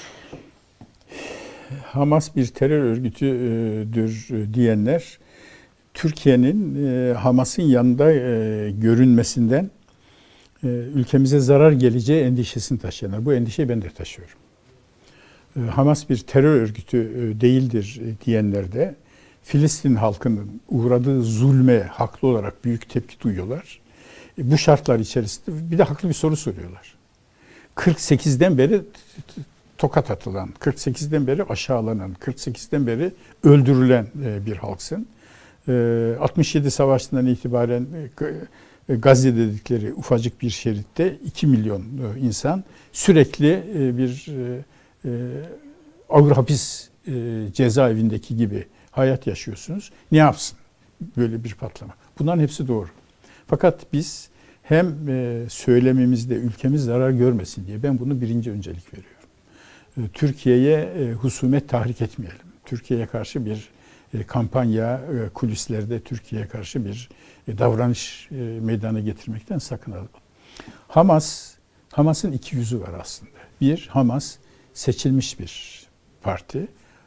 Hamas bir terör örgütüdür diyenler Türkiye'nin Hamas'ın yanında görünmesinden ülkemize zarar geleceği endişesini taşıyanlar. Bu endişeyi ben de taşıyorum. Hamas bir terör örgütü değildir diyenler de Filistin halkının uğradığı zulme haklı olarak büyük tepki duyuyorlar. Bu şartlar içerisinde bir de haklı bir soru soruyorlar. 48'den beri tokat atılan, 48'den beri aşağılanan, 48'den beri öldürülen bir halksın. 67 savaşından itibaren Gazze dedikleri ufacık bir şeritte 2 milyon insan sürekli bir ağır hapis cezaevindeki gibi hayat yaşıyorsunuz. Ne yapsın böyle bir patlama? Bunların hepsi doğru. Fakat biz hem söylememizde ülkemiz zarar görmesin diye ben bunu birinci öncelik veriyorum. Türkiye'ye husumet tahrik etmeyelim. Türkiye'ye karşı bir kampanya, kulislerde Türkiye'ye karşı bir davranış meydana getirmekten sakınalım. Hamas'ın iki yüzü var aslında. Bir, Hamas seçilmiş bir parti.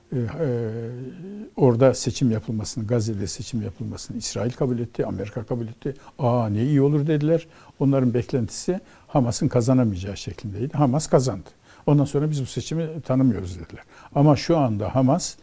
Orada seçim yapılmasını, Gazze'de seçim yapılmasını İsrail kabul etti, Amerika kabul etti. Ne iyi olur dediler. Onların beklentisi Hamas'ın kazanamayacağı şeklindeydi. Hamas kazandı. Ondan sonra biz bu seçimi tanımıyoruz dediler. Ama şu anda Hamas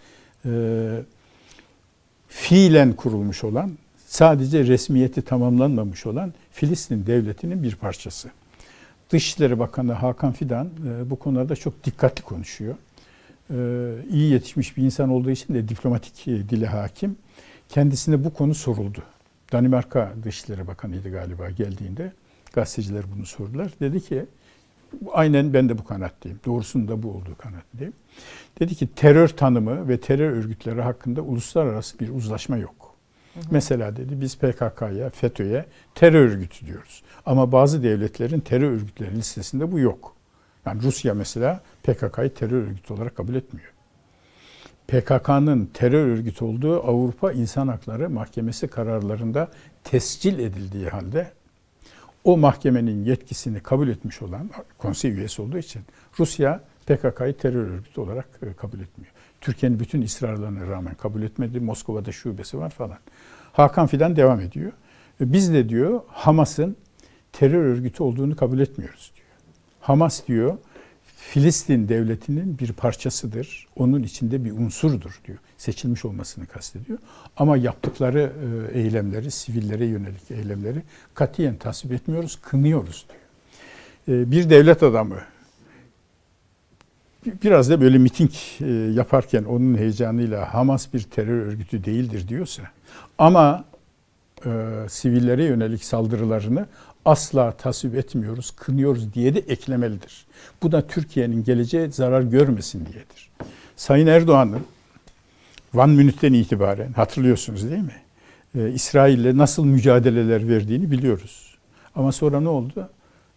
fiilen kurulmuş olan, sadece resmiyeti tamamlanmamış olan Filistin devletinin bir parçası. Dışişleri Bakanı Hakan Fidan bu konularda çok dikkatli konuşuyor. İyi yetişmiş bir insan olduğu için de diplomatik dile hakim. Kendisine bu konu soruldu. Danimarka Dışişleri Bakanı'ydı galiba geldiğinde. Gazeteciler bunu sordular. Dedi ki aynen ben de bu kanaatteyim. Doğrusunun da bu olduğu kanaatteyim. Dedi ki terör tanımı ve terör örgütleri hakkında uluslararası bir uzlaşma yok. Mesela dedi biz PKK'ya, FETÖ'ye terör örgütü diyoruz. Ama bazı devletlerin terör örgütleri listesinde bu yok. Yani Rusya mesela PKK'yı terör örgütü olarak kabul etmiyor. PKK'nın terör örgütü olduğu Avrupa İnsan Hakları Mahkemesi kararlarında tescil edildiği halde o mahkemenin yetkisini kabul etmiş olan konsey üyesi olduğu için Rusya PKK'yı terör örgütü olarak kabul etmiyor. Türkiye'nin bütün ısrarlarına rağmen kabul etmedi. Moskova'da şubesi var falan. Hakan Fidan devam ediyor. Biz de diyor Hamas'ın terör örgütü olduğunu kabul etmiyoruz diyor. Hamas diyor Filistin devletinin bir parçasıdır. Onun içinde bir unsurdur diyor. Seçilmiş olmasını kastediyor. Ama yaptıkları eylemleri, sivillere yönelik eylemleri katiyen tasvip etmiyoruz, kınıyoruz diyor. Bir devlet adamı biraz da böyle miting yaparken onun heyecanıyla Hamas bir terör örgütü değildir diyorsa ama sivillere yönelik saldırılarını asla tasvip etmiyoruz, kınıyoruz diye de eklemelidir. Bu da Türkiye'nin geleceğe zarar görmesin diyedir. Sayın Erdoğan'ın Van Münih'ten itibaren hatırlıyorsunuz değil mi? İsrail'le nasıl mücadeleler verdiğini biliyoruz. Ama sonra ne oldu?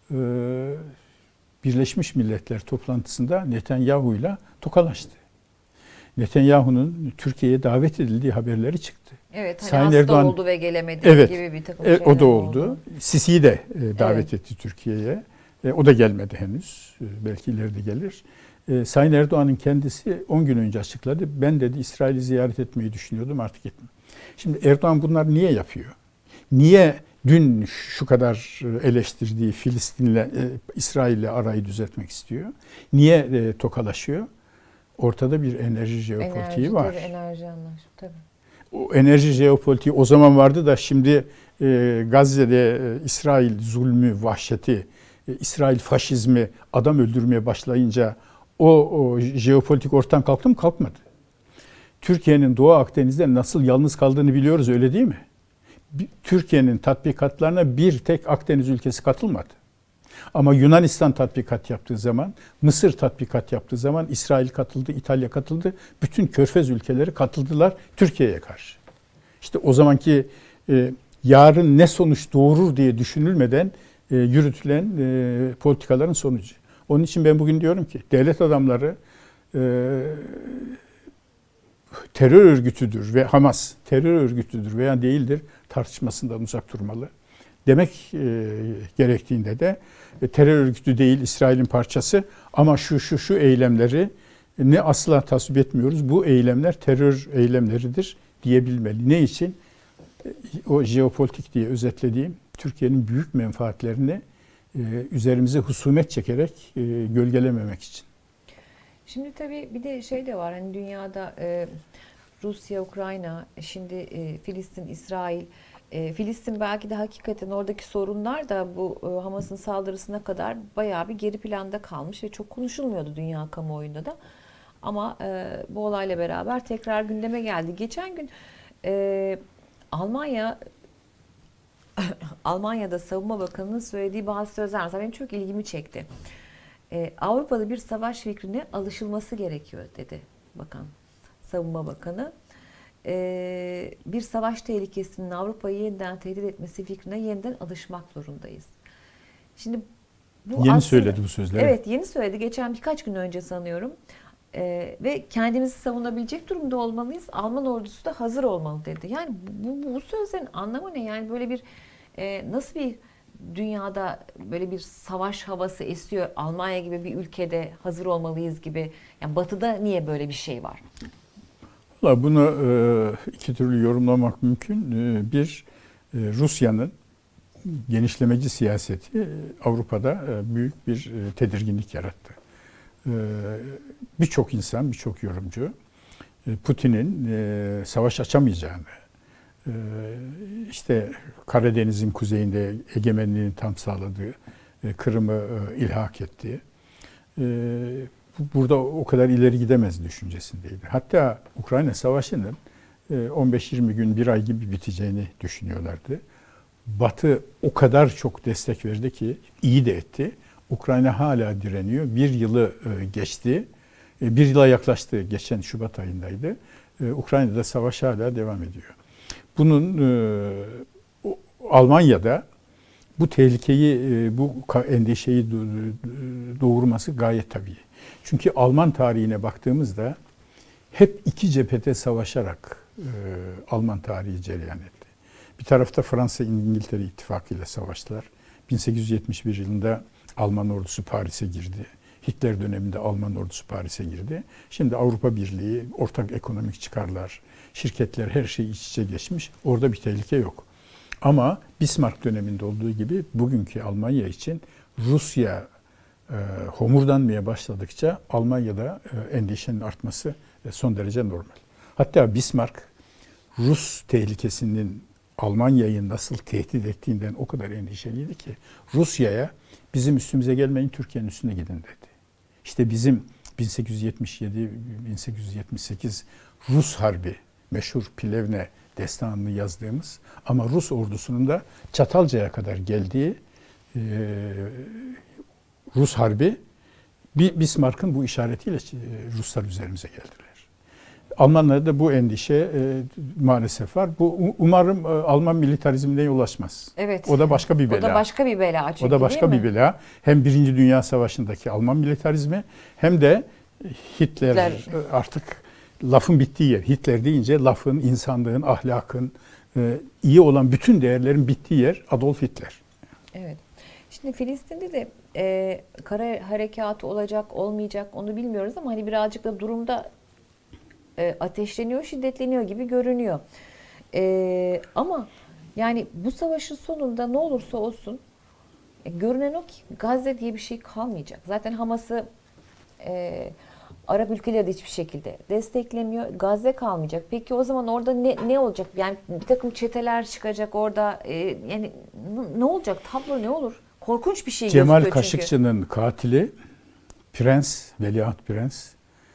Birleşmiş Milletler toplantısında Netanyahu'yla tokalaştı. Netanyahu'nun Türkiye'ye davet edildiği haberleri çıktı. Evet, hani Sayın hasta Erdoğan, oldu ve gelemedi evet, gibi bir takım şeyler o da oldu. Sisi'yi de davet evet. etti Türkiye'ye. O da gelmedi henüz. Belki ileride gelir. Sayın Erdoğan'ın kendisi 10 gün önce açıkladı. Ben dedi İsrail'i ziyaret etmeyi düşünüyordum artık etmem. Şimdi Erdoğan bunlar niye yapıyor? Niye dün şu kadar eleştirdiği Filistin'le, İsrail'le arayı düzeltmek istiyor? Niye tokalaşıyor? Ortada bir enerji jeopolitiği var. Enerji anlaşması tabii. O enerji jeopolitiği o zaman vardı da şimdi Gazze'de İsrail zulmü, vahşeti, İsrail faşizmi, adam öldürmeye başlayınca o jeopolitik ortadan kalktı mı? Kalkmadı. Türkiye'nin Doğu Akdeniz'de nasıl yalnız kaldığını biliyoruz, öyle değil mi? Türkiye'nin tatbikatlarına bir tek Akdeniz ülkesi katılmadı. Ama Yunanistan tatbikat yaptığı zaman, Mısır tatbikat yaptığı zaman İsrail katıldı, İtalya katıldı. Bütün Körfez ülkeleri katıldılar Türkiye'ye karşı. İşte o zamanki yarın ne sonuç doğurur diye düşünülmeden yürütülen politikaların sonucu. Onun için ben bugün diyorum ki devlet adamları terör örgütüdür ve Hamas terör örgütüdür veya değildir tartışmasından uzak durmalı. Demek gerektiğinde de terör örgütü değil, İsrail'in parçası ama şu eylemleri ne asla tasvip etmiyoruz. Bu eylemler terör eylemleridir diyebilmeli. Ne için? O jeopolitik diye özetlediğim Türkiye'nin büyük menfaatlerini üzerimize husumet çekerek gölgelememek için. Şimdi tabii bir de şey de var, hani dünyada Rusya, Ukrayna, şimdi Filistin, İsrail. Filistin belki de hakikaten oradaki sorunlar da bu Hamas'ın saldırısına kadar bayağı bir geri planda kalmış ve çok konuşulmuyordu dünya kamuoyunda da. Ama bu olayla beraber tekrar gündeme geldi. Geçen gün Almanya'da Savunma Bakanı'nın söylediği bazı sözler mesela benim çok ilgimi çekti. Avrupa'da bir savaş fikrine alışılması gerekiyor dedi bakan, Savunma Bakanı. Bir savaş tehlikesinin Avrupa'yı yeniden tehdit etmesi fikrine yeniden alışmak zorundayız. Şimdi bu yeni aslında, söyledi bu sözleri. Evet, yeni söyledi. Geçen birkaç gün önce sanıyorum. Ve kendimizi savunabilecek durumda olmalıyız. Alman ordusu da hazır olmalı dedi. Yani bu sözlerin anlamı ne? Yani böyle bir nasıl bir dünyada böyle bir savaş havası esiyor, Almanya gibi bir ülkede hazır olmalıyız gibi. Yani Batı'da niye böyle bir şey var? Vallahi bunu iki türlü yorumlamak mümkün. Bir, Rusya'nın genişlemeci siyaseti Avrupa'da büyük bir tedirginlik yarattı. Birçok insan, birçok yorumcu Putin'in savaş açamayacağını, işte Karadeniz'in kuzeyinde egemenliğini tam sağladığı Kırım'ı ilhak ettiği, burada o kadar ileri gidemez düşüncesindeydi. Hatta Ukrayna Savaşı'nın 15-20 gün, bir ay gibi biteceğini düşünüyorlardı. Batı o kadar çok destek verdi ki, iyi de etti. Ukrayna hala direniyor. Bir yılı geçti. Bir yıla yaklaştı. Geçen Şubat ayındaydı. Ukrayna'da savaş hala devam ediyor. Bunun Almanya'da bu tehlikeyi, bu endişeyi doğurması gayet tabii. Çünkü Alman tarihine baktığımızda hep iki cephede savaşarak Alman tarihi cereyan etti. Bir tarafta Fransa-İngiltere ittifakıyla savaştılar. 1871 yılında Alman ordusu Paris'e girdi. Hitler döneminde Alman ordusu Paris'e girdi. Şimdi Avrupa Birliği, ortak ekonomik çıkarlar, şirketler, her şey iç içe geçmiş. Orada bir tehlike yok. Ama Bismarck döneminde olduğu gibi bugünkü Almanya için Rusya homurdanmaya başladıkça Almanya'da endişenin artması son derece normal. Hatta Bismarck Rus tehlikesinin Almanya'yı nasıl tehdit ettiğinden o kadar endişeliydi ki Rusya'ya bizim üstümüze gelmeyin, Türkiye'nin üstüne gidin dedi. İşte bizim 1877-1878 Rus Harbi, meşhur Plevne destanını yazdığımız ama Rus ordusunun da Çatalca'ya kadar geldiği Rus Harbi, Bismarck'ın bu işaretiyle Ruslar üzerimize geldiler. Almanlarda bu endişe maalesef var. Bu umarım Alman militarizmine yol açmaz. Evet. O da başka bir bela. O da başka bir bela çünkü, o da başka bir bela. Hem Birinci Dünya Savaşı'ndaki Alman militarizmi hem de Hitler artık lafın bittiği yer. Hitler deyince lafın, insanlığın, ahlakın, iyi olan bütün değerlerin bittiği yer Adolf Hitler. Evet. Şimdi Filistin'de de kara harekatı olacak, olmayacak onu bilmiyoruz ama hani birazcık da durumda ateşleniyor, şiddetleniyor gibi görünüyor. Ama yani bu savaşın sonunda ne olursa olsun görünen o ki Gazze diye bir şey kalmayacak. Zaten Hamas'ı Arap ülkeleri de hiçbir şekilde desteklemiyor. Gazze kalmayacak. Peki o zaman orada ne olacak? Yani bir takım çeteler çıkacak orada. Yani ne olacak? Tablo ne olur? Korkunç bir şey Cemal gözüküyor çünkü. Kaşıkçı'nın katili Prens, Veliaht Prens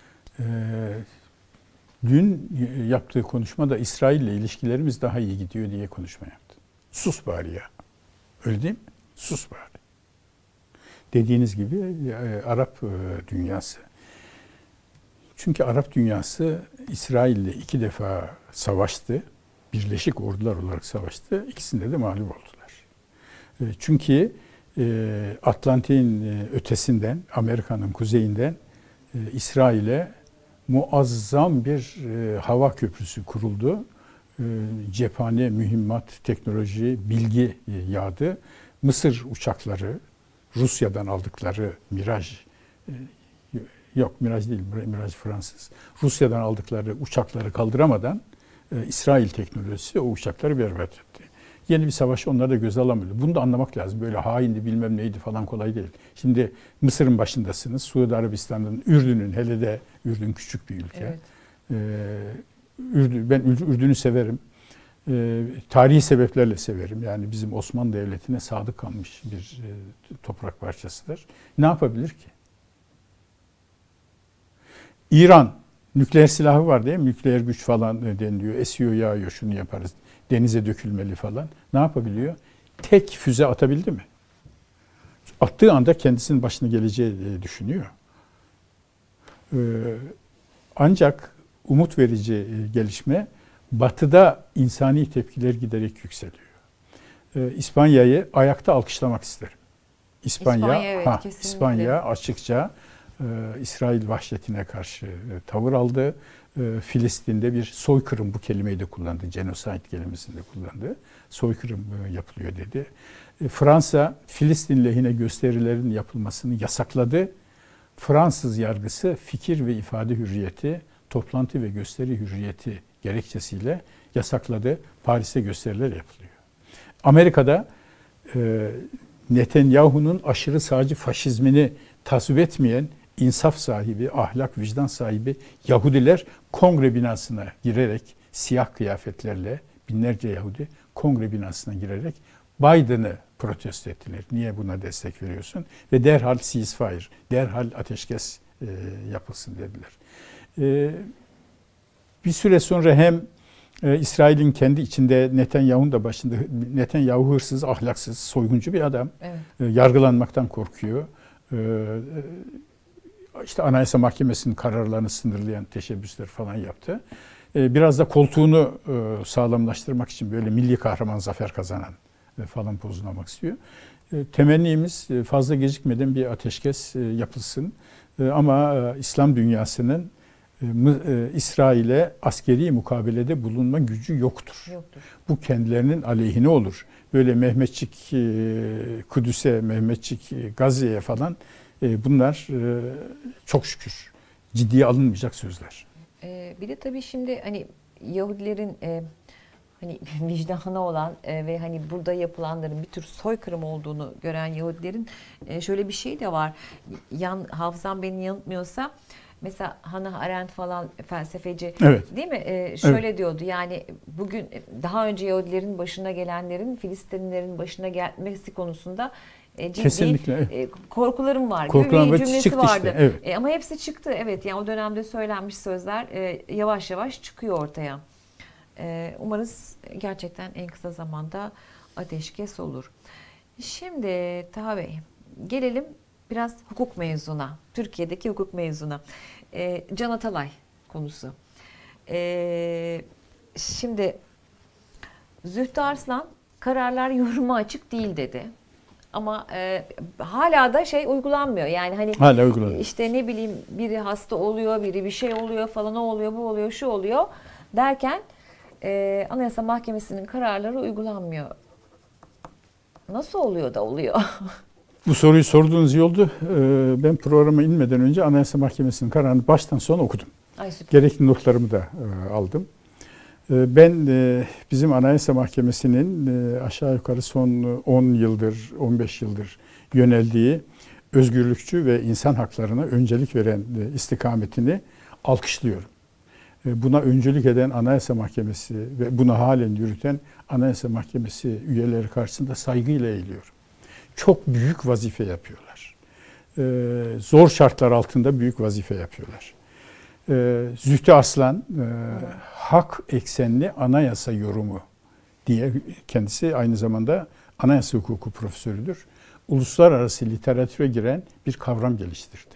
dün yaptığı konuşmada İsrail'le ilişkilerimiz daha iyi gidiyor diye konuşma yaptı. Sus bari ya. Öyle değil mi? Sus bari. Dediğiniz gibi Arap dünyası. Çünkü Arap dünyası İsrail'le 2 defa savaştı. Birleşik ordular olarak savaştı. İkisinde de mağlup oldular. Çünkü Atlantik'in ötesinden, Amerika'nın kuzeyinden İsrail'e muazzam bir hava köprüsü kuruldu. Cephane, mühimmat, teknoloji, bilgi yağdı. Mısır uçakları, Rusya'dan aldıkları Miraj, yok Miraj değil, Miraj Fransız. Rusya'dan aldıkları uçakları kaldıramadan İsrail teknolojisi o uçakları berbat etti. Yeni bir savaş onlar da göze alamıyor. Bunu da anlamak lazım. Böyle haindi bilmem neydi falan kolay değil. Şimdi Mısır'ın başındasınız. Suudi Ürdün'ün, hele de Ürdün küçük bir ülke. Evet. Ben Ürdün'ü severim. Tarihi sebeplerle severim. Yani bizim Osmanlı Devleti'ne sadık kalmış bir toprak parçasıdır. Ne yapabilir ki? İran nükleer silahı var değil mi? Nükleer güç falan deniliyor. Esiyor, yağıyor, şunu yaparız. Denize dökülmeli falan. Ne yapabiliyor? Tek füze atabildi mi? Attığı anda kendisinin başına geleceği düşünüyor. Ancak umut verici gelişme, Batı'da insani tepkiler giderek yükseliyor. İspanya'yı ayakta alkışlamak isterim. İspanya açıkça İsrail vahşetine karşı tavır aldı. Filistin'de bir soykırım, bu kelimeyi de kullandı. Genocide kelimesini de kullandı. Soykırım yapılıyor dedi. Fransa Filistin lehine gösterilerin yapılmasını yasakladı. Fransız yargısı fikir ve ifade hürriyeti, toplantı ve gösteri hürriyeti gerekçesiyle yasakladı. Paris'te gösteriler yapılıyor. Amerika'da Netanyahu'nun aşırı sağcı faşizmini tasvip etmeyen insaf sahibi, ahlak, vicdan sahibi Yahudiler kongre binasına girerek siyah kıyafetlerle binlerce Yahudi kongre binasına girerek Biden'ı protesto ettiler. Niye buna destek veriyorsun? Ve derhal ceasefire, derhal ateşkes yapılsın dediler. Bir süre sonra hem İsrail'in kendi içinde Netanyahu'nun da başında, Netanyahu hırsız, ahlaksız, soyguncu bir adam. Evet. Yargılanmaktan korkuyor. İşte Anayasa Mahkemesi'nin kararlarını sınırlayan teşebbüsler falan yaptı. Biraz da koltuğunu sağlamlaştırmak için böyle milli kahraman zafer kazanan falan pozulamak istiyor. Temennimiz fazla gecikmeden bir ateşkes yapılsın. Ama İslam dünyasının İsrail'e askeri mukabelede bulunma gücü yoktur. Bu kendilerinin aleyhine olur. Böyle Mehmetçik Kudüs'e, Mehmetçik Gazze'ye falan bunlar çok şükür ciddiye alınmayacak sözler. Bir de tabii şimdi hani Yahudilerin hani vicdanı olan ve hani burada yapılanların bir tür soykırım olduğunu gören Yahudilerin şöyle bir şey de var. Hafızam beni yanıltmıyorsa mesela Hannah Arendt falan felsefeci, evet, değil mi? Şöyle diyordu, yani bugün daha önce Yahudilerin başına gelenlerin Filistinlilerin başına gelmesi konusunda ciddi korkularım var gibi bir cümlesi vardı. Işte, evet. Ama hepsi çıktı. Evet, yani o dönemde söylenmiş sözler yavaş yavaş çıkıyor ortaya. Umarız gerçekten en kısa zamanda ateşkes olur. Şimdi Taha Bey, gelelim biraz hukuk mevzuna. Türkiye'deki hukuk mevzuna. Can Atalay konusu. Şimdi Zühtü Arslan kararlar yoruma açık değil dedi. Ama hala da uygulanmıyor. Yani hani hala uygulanıyor. İşte ne bileyim, biri hasta oluyor, biri bir şey oluyor falan, o oluyor, bu oluyor, şu oluyor derken Anayasa Mahkemesi'nin kararları uygulanmıyor. Nasıl oluyor da oluyor? Bu soruyu sorduğunuz iyi oldu. Ben programa inmeden önce Anayasa Mahkemesi'nin kararını baştan sona okudum. Gerekli notlarımı da aldım. Ben bizim Anayasa Mahkemesi'nin aşağı yukarı son 10 yıldır, 15 yıldır yöneldiği özgürlükçü ve insan haklarına öncelik veren istikametini alkışlıyorum. Buna öncülük eden Anayasa Mahkemesi ve bunu halen yürüten Anayasa Mahkemesi üyeleri karşısında saygıyla eğiliyorum. Çok büyük vazife yapıyorlar. Zor şartlar altında büyük vazife yapıyorlar. Zühtü Arslan hak eksenli anayasa yorumu diye, kendisi aynı zamanda anayasa hukuku profesörüdür. Uluslararası literatüre giren bir kavram geliştirdi.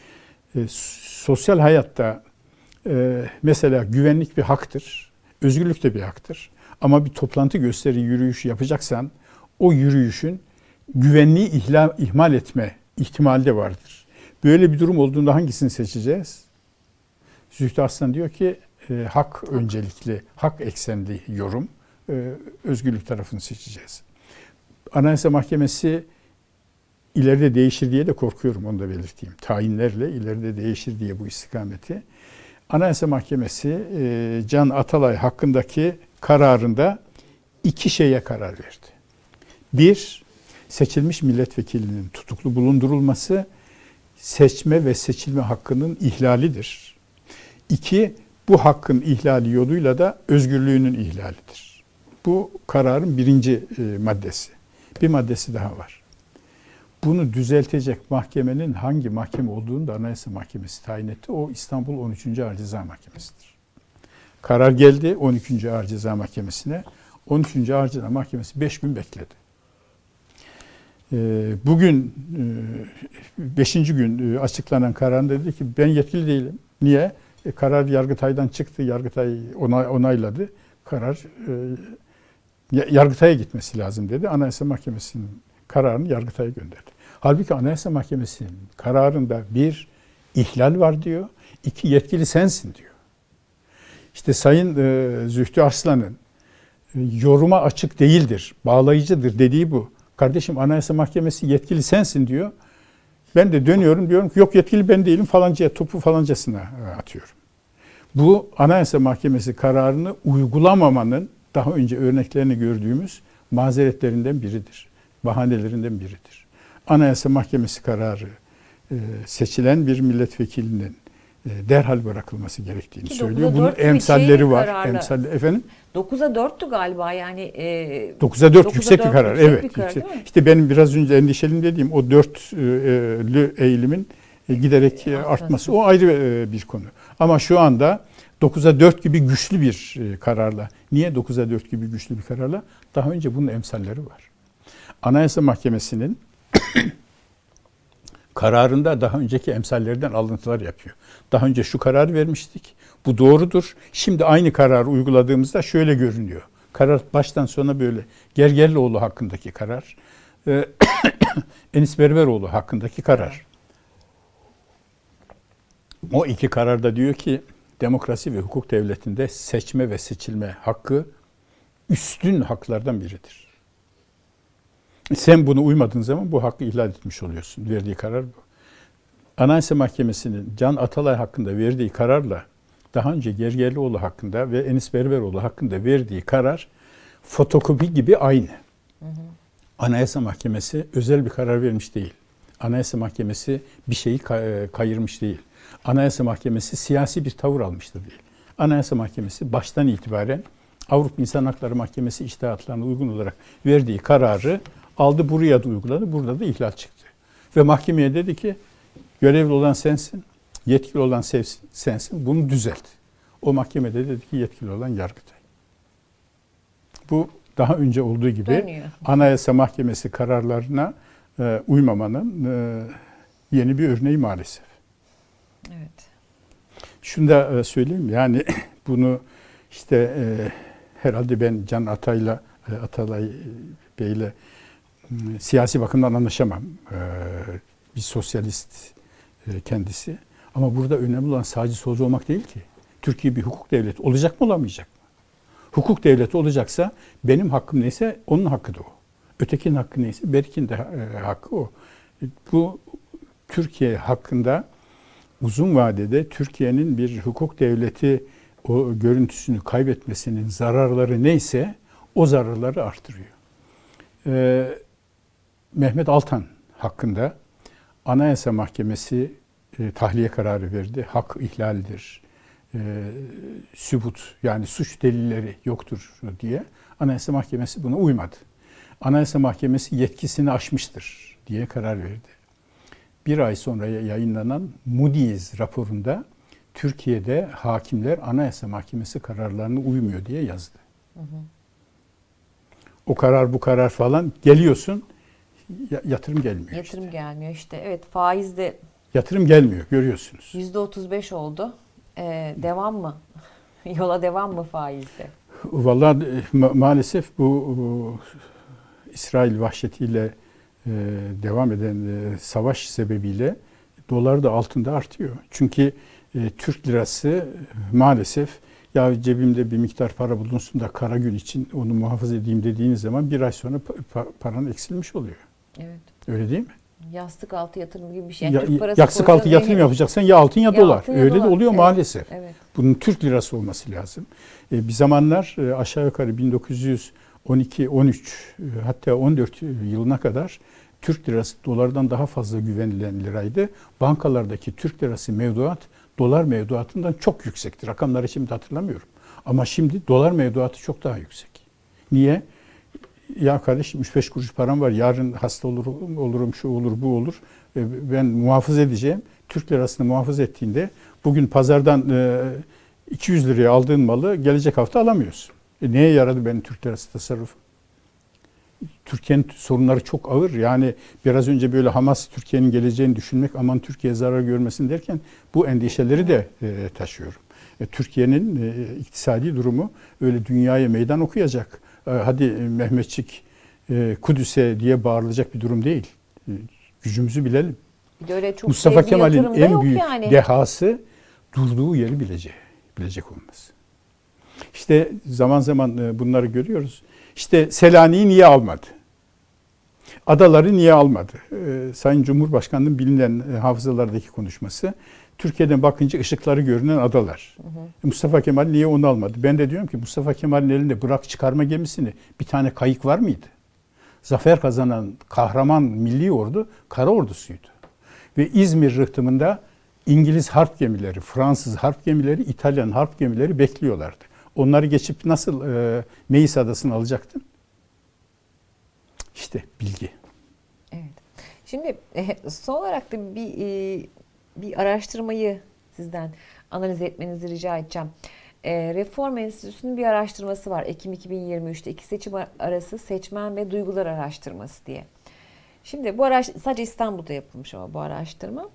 Sosyal hayatta mesela güvenlik bir haktır, özgürlük de bir haktır. Ama bir toplantı, gösteri, yürüyüş yapacaksan o yürüyüşün güvenliği ihmal etme ihtimali de vardır. Böyle bir durum olduğunda hangisini seçeceğiz? Zühtü Arslan diyor ki hak öncelikli, hak eksenli yorum, özgürlük tarafını seçeceğiz. Anayasa Mahkemesi ileride değişir diye de korkuyorum, onu da belirteyim. Tayinlerle ileride değişir diye bu istikameti. Anayasa Mahkemesi Can Atalay hakkındaki kararında iki şeye karar verdi. Bir, seçilmiş milletvekilinin tutuklu bulundurulması seçme ve seçilme hakkının ihlalidir. İki, bu hakkın ihlali yoluyla da özgürlüğünün ihlalidir. Bu kararın birinci maddesi. Bir maddesi daha var. Bunu düzeltecek mahkemenin hangi mahkeme olduğunu da Anayasa Mahkemesi tayin etti. O İstanbul 13. Ağır Ceza Mahkemesi'dir. Karar geldi 12. Ağır Ceza Mahkemesi'ne. 13. Ağır Ceza Mahkemesi 5 gün bekledi. Bugün 5. gün açıklanan kararında dedi ki ben yetkili değilim. Niye? Karar Yargıtay'dan çıktı. Yargıtay onayladı. Karar Yargıtay'a gitmesi lazım dedi. Anayasa Mahkemesi'nin kararını Yargıtay'a gönderdi. Halbuki Anayasa Mahkemesi'nin kararında bir, ihlal var diyor. İki, yetkili sensin diyor. İşte Sayın Zühtü Arslan'ın yoruma açık değildir, bağlayıcıdır dediği bu. Kardeşim, Anayasa Mahkemesi yetkili sensin diyor. Ben de dönüyorum, diyorum ki yok, yetkili ben değilim, falancaya, topu falancasına atıyorum. Bu Anayasa Mahkemesi kararını uygulamamanın daha önce örneklerini gördüğümüz mazeretlerinden biridir. Bahanelerinden biridir. Anayasa Mahkemesi kararı seçilen bir milletvekilinin derhal bırakılması gerektiğini söylüyor. Bunun emsalleri var. Efendim? 9'a 4'tü galiba, yani 9'a 4 yüksek bir karar. Evet. Bir karar, İşte benim biraz önce endişelim dediğim o dörtlü eğilimin giderek artması, o ayrı bir konu. Ama şu anda 9'a 4 gibi güçlü bir kararla. Niye 9'a 4 gibi güçlü bir kararla? Daha önce bunun emsalleri var. Anayasa Mahkemesi'nin kararında daha önceki emsallerden alıntılar yapıyor. Daha önce şu kararı vermiştik. Bu doğrudur. Şimdi aynı kararı uyguladığımızda şöyle görünüyor. Karar baştan sona böyle. Gergerlioğlu hakkındaki karar. Enis Berberoğlu hakkındaki karar. O iki kararda diyor ki demokrasi ve hukuk devletinde seçme ve seçilme hakkı üstün haklardan biridir. Sen bunu uymadığın zaman bu hakkı ihlal etmiş oluyorsun. Verdiği karar bu. Anayasa Mahkemesi'nin Can Atalay hakkında verdiği kararla daha önce Gergerlioğlu hakkında ve Enis Berberoğlu hakkında verdiği karar fotokopi gibi aynı. Hı hı. Anayasa Mahkemesi özel bir karar vermiş değil. Anayasa Mahkemesi bir şeyi kayırmış değil. Anayasa Mahkemesi siyasi bir tavır almıştır değil. Anayasa Mahkemesi baştan itibaren Avrupa İnsan Hakları Mahkemesi içtihatlarına uygun olarak verdiği kararı aldı, buraya da uyguladı. Burada da ihlal çıktı. Ve mahkemeye dedi ki görevli olan sensin, yetkili olan sensin, bunu düzelt. O mahkemede dedi ki yetkili olan Yargıtay. Bu daha önce olduğu gibi dönüyor. Anayasa Mahkemesi kararlarına uymamanın yeni bir örneği maalesef. Evet. Şunu da söyleyeyim, yani bunu işte herhalde ben Can Atalay Bey'le siyasi bakımdan anlaşamam. Bir sosyalist kendisi. Ama burada önemli olan sağcı solcu olmak değil ki. Türkiye bir hukuk devleti olacak mı, olamayacak mı? Hukuk devleti olacaksa benim hakkım neyse onun hakkı da o. Ötekinin hakkı neyse berikinin de hakkı o. Bu Türkiye hakkında uzun vadede Türkiye'nin bir hukuk devleti o görüntüsünü kaybetmesinin zararları neyse o zararları artırıyor. Mehmet Altan hakkında Anayasa Mahkemesi tahliye kararı verdi. Hak ihlalidir. Sübut yani suç delilleri yoktur diye. Anayasa Mahkemesi buna uymadı. Anayasa Mahkemesi yetkisini aşmıştır diye karar verdi. Bir ay sonra yayınlanan Moody's raporunda Türkiye'de hakimler Anayasa Mahkemesi kararlarına uymuyor diye yazdı. Hı hı. O karar bu karar falan geliyorsun, yatırım gelmiyor. Yatırım işte. Gelmiyor işte. Evet, faiz de yatırım gelmiyor, görüyorsunuz. %35 oldu. Devam mı? Yola devam mı faizde? Vallahi maalesef bu İsrail vahşetiyle devam eden savaş sebebiyle dolar da altında artıyor. Çünkü Türk lirası maalesef ya cebimde bir miktar para bulunsun da kara gün için onu muhafaza edeyim dediğiniz zaman bir ay sonra paranın eksilmiş oluyor. Evet. Öyle değil mi? Yastık altı yatırım gibi bir şey. Yani yastık altı yatırım yapacaksan ya altın ya dolar. Altın ya öyle dolar. de oluyor, evet, maalesef. Evet. Bunun Türk lirası olması lazım. Bir zamanlar aşağı yukarı 1912-13 hatta 14 yılına kadar Türk lirası dolardan daha fazla güvenilen liraydı. Bankalardaki Türk lirası mevduat dolar mevduatından çok yüksekti. Rakamları şimdi hatırlamıyorum. Ama şimdi dolar mevduatı çok daha yüksek. Niye? Ya kardeşim 3-5 kuruş param var. Yarın hasta olurum, şu olur, bu olur. Ben muhafaza edeceğim. Türk lirasını muhafaza ettiğinde bugün pazardan 200 liraya aldığın malı gelecek hafta alamıyorsun. Neye yaradı benim Türk lirası tasarrufum? Türkiye'nin sorunları çok ağır. Yani biraz önce böyle Hamas Türkiye'nin geleceğini düşünmek, aman Türkiye zarar görmesin derken bu endişeleri de taşıyorum. Türkiye'nin iktisadi durumu öyle dünyaya meydan okuyacak. Hadi Mehmetçik Kudüs'e diye bağırılacak bir durum değil. Gücümüzü bilelim. Bir de öyle çok Mustafa Kemal'in en büyük yani dehası durduğu yeri bilecek olması. İşte zaman zaman bunları görüyoruz. İşte Selanik'i niye almadı? Adaları niye almadı? Sayın Cumhurbaşkanı'nın bilinen hafızalardaki konuşması. Türkiye'den bakınca ışıkları görünen adalar. Hı hı. Mustafa Kemal niye onu almadı? Ben de diyorum ki Mustafa Kemal'in elinde bırak çıkarma gemisini bir tane kayık var mıydı? Zafer kazanan kahraman milli ordu kara ordusuydu. Ve İzmir rıhtımında İngiliz harp gemileri, Fransız harp gemileri, İtalyan harp gemileri bekliyorlardı. Onları geçip nasıl Meis Adası'nı alacaktın? İşte bilgi. Evet. Şimdi son olarak da bir araştırmayı sizden analiz etmenizi rica edeceğim. Reform Enstitüsü'nün bir araştırması var. Ekim 2023'te iki seçim arası seçmen ve duygular araştırması diye. Şimdi bu sadece İstanbul'da yapılmış ama bu araştırma.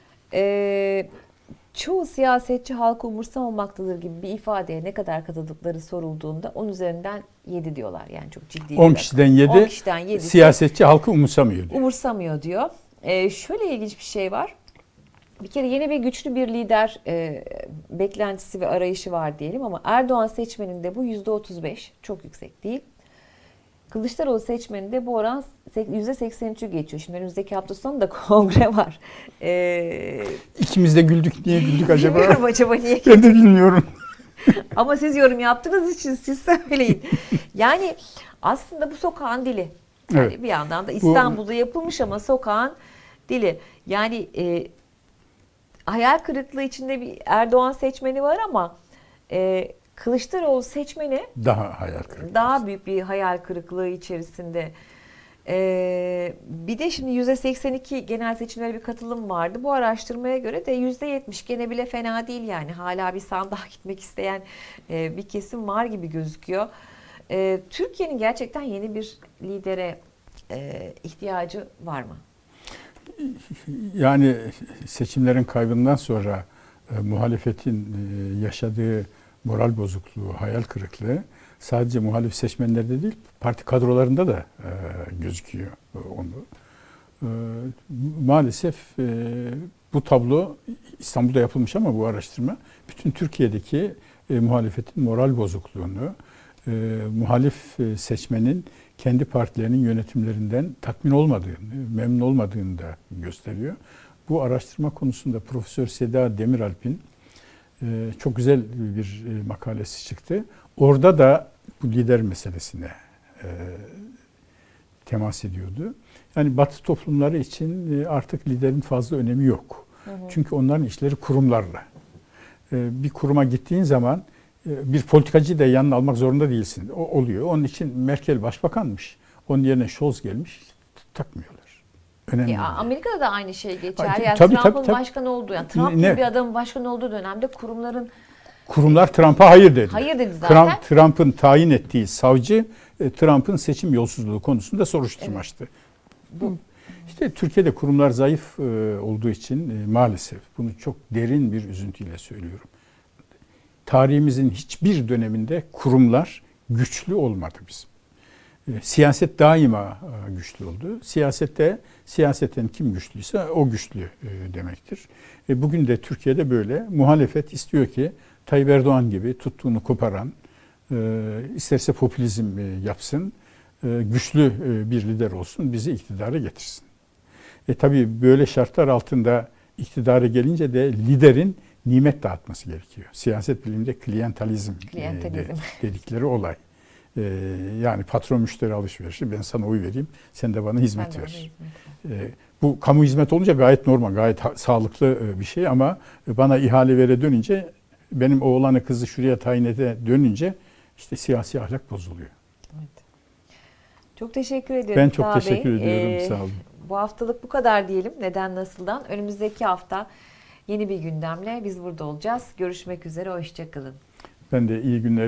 Çoğu siyasetçi halkı umursamamaktadır gibi bir ifadeye ne kadar katıldıkları sorulduğunda 10 üzerinden 7 diyorlar. Yani çok ciddi 10 kişiden 7, 10 kişiden 7'si siyasetçi halkı umursamıyor diyor. umursamıyor diyor. Şöyle ilginç bir şey var. Bir kere yeni ve güçlü bir lider beklentisi ve arayışı var diyelim ama Erdoğan seçmeninde bu %35, çok yüksek değil. Kılıçdaroğlu seçmeninde bu oran %83'ü geçiyor. Şimdi önümüzdeki hafta sonu da kongre var. İkimiz de güldük. Niye güldük acaba? Bilmiyorum acaba niye. Ben de bilmiyorum. Ama siz yorum yaptığınız için siz söyleyin. Yani aslında bu sokağın dili. Yani Evet. bir yandan da İstanbul'da yapılmış ama sokağın dili. Yani hayal kırıklığı içinde bir Erdoğan seçmeni var ama Kılıçdaroğlu seçmeni Daha hayal kırıklığı. daha büyük bir hayal kırıklığı içerisinde. Bir de şimdi %82 genel seçimlere bir katılım vardı. Bu araştırmaya göre de %70 gene bile fena değil yani. Hala bir sandığa gitmek isteyen bir kesim var gibi gözüküyor. Türkiye'nin gerçekten yeni bir lidere ihtiyacı var mı? Yani seçimlerin kaybından sonra muhalefetin yaşadığı moral bozukluğu, hayal kırıklığı sadece muhalif seçmenlerde değil, parti kadrolarında da gözüküyor onu. Maalesef bu tablo İstanbul'da yapılmış ama bu araştırma bütün Türkiye'deki muhalefetin moral bozukluğunu, muhalif seçmenin kendi partilerinin yönetimlerinden tatmin olmadığını, memnun olmadığını da gösteriyor. Bu araştırma konusunda Profesör Seda Demiralp'in çok güzel bir makalesi çıktı. Orada da bu lider meselesine temas ediyordu. Yani Batı toplumları için artık liderin fazla önemi yok. Hı hı. Çünkü onların işleri kurumlarla. Bir kuruma gittiğin zaman bir politikacıyı da yanına almak zorunda değilsin. O oluyor. Onun için Merkel başbakanmış. Onun yerine Scholz gelmiş. Takmıyorlar. Önemli değil. Amerika'da da aynı şey geçer. Yani Tabii, Trump'ın tabii. başkan olduğu, yani Trump gibi bir adamın başkan olduğu dönemde kurumlar Trump'a hayır dedi. Hayır dedi zaten. Trump'ın tayin ettiği savcı Trump'ın seçim yolsuzluğu konusunda soruşturma açtı. Bu işte Türkiye'de kurumlar zayıf olduğu için maalesef bunu çok derin bir üzüntüyle söylüyorum. Tarihimizin hiçbir döneminde kurumlar güçlü olmadı bizim. Siyaset daima güçlü oldu. Siyaseten kim güçlüyse o güçlü demektir. Bugün de Türkiye'de böyle. Muhalefet istiyor ki Tayyip Erdoğan gibi tuttuğunu koparan, isterse popülizm yapsın, güçlü bir lider olsun, bizi iktidara getirsin. Tabii böyle şartlar altında iktidara gelince de liderin nimet dağıtması gerekiyor. Siyaset biliminde klientelizm. Dedikleri olay. Yani patron müşteri alışverişi, ben sana oy vereyim, sen de bana hizmet ver. Bu kamu hizmet olunca gayet normal, gayet sağlıklı bir şey ama bana ihale vere dönünce, benim oğlanı kızı şuraya tayin ede dönünce işte siyasi ahlak bozuluyor. Evet. Çok teşekkür ediyorum. Ben çok teşekkür ediyorum, sağ olun. Bu haftalık bu kadar diyelim. Neden Nasıl'dan. Önümüzdeki hafta yeni bir gündemle biz burada olacağız. Görüşmek üzere, hoşça kalın. Ben de iyi günler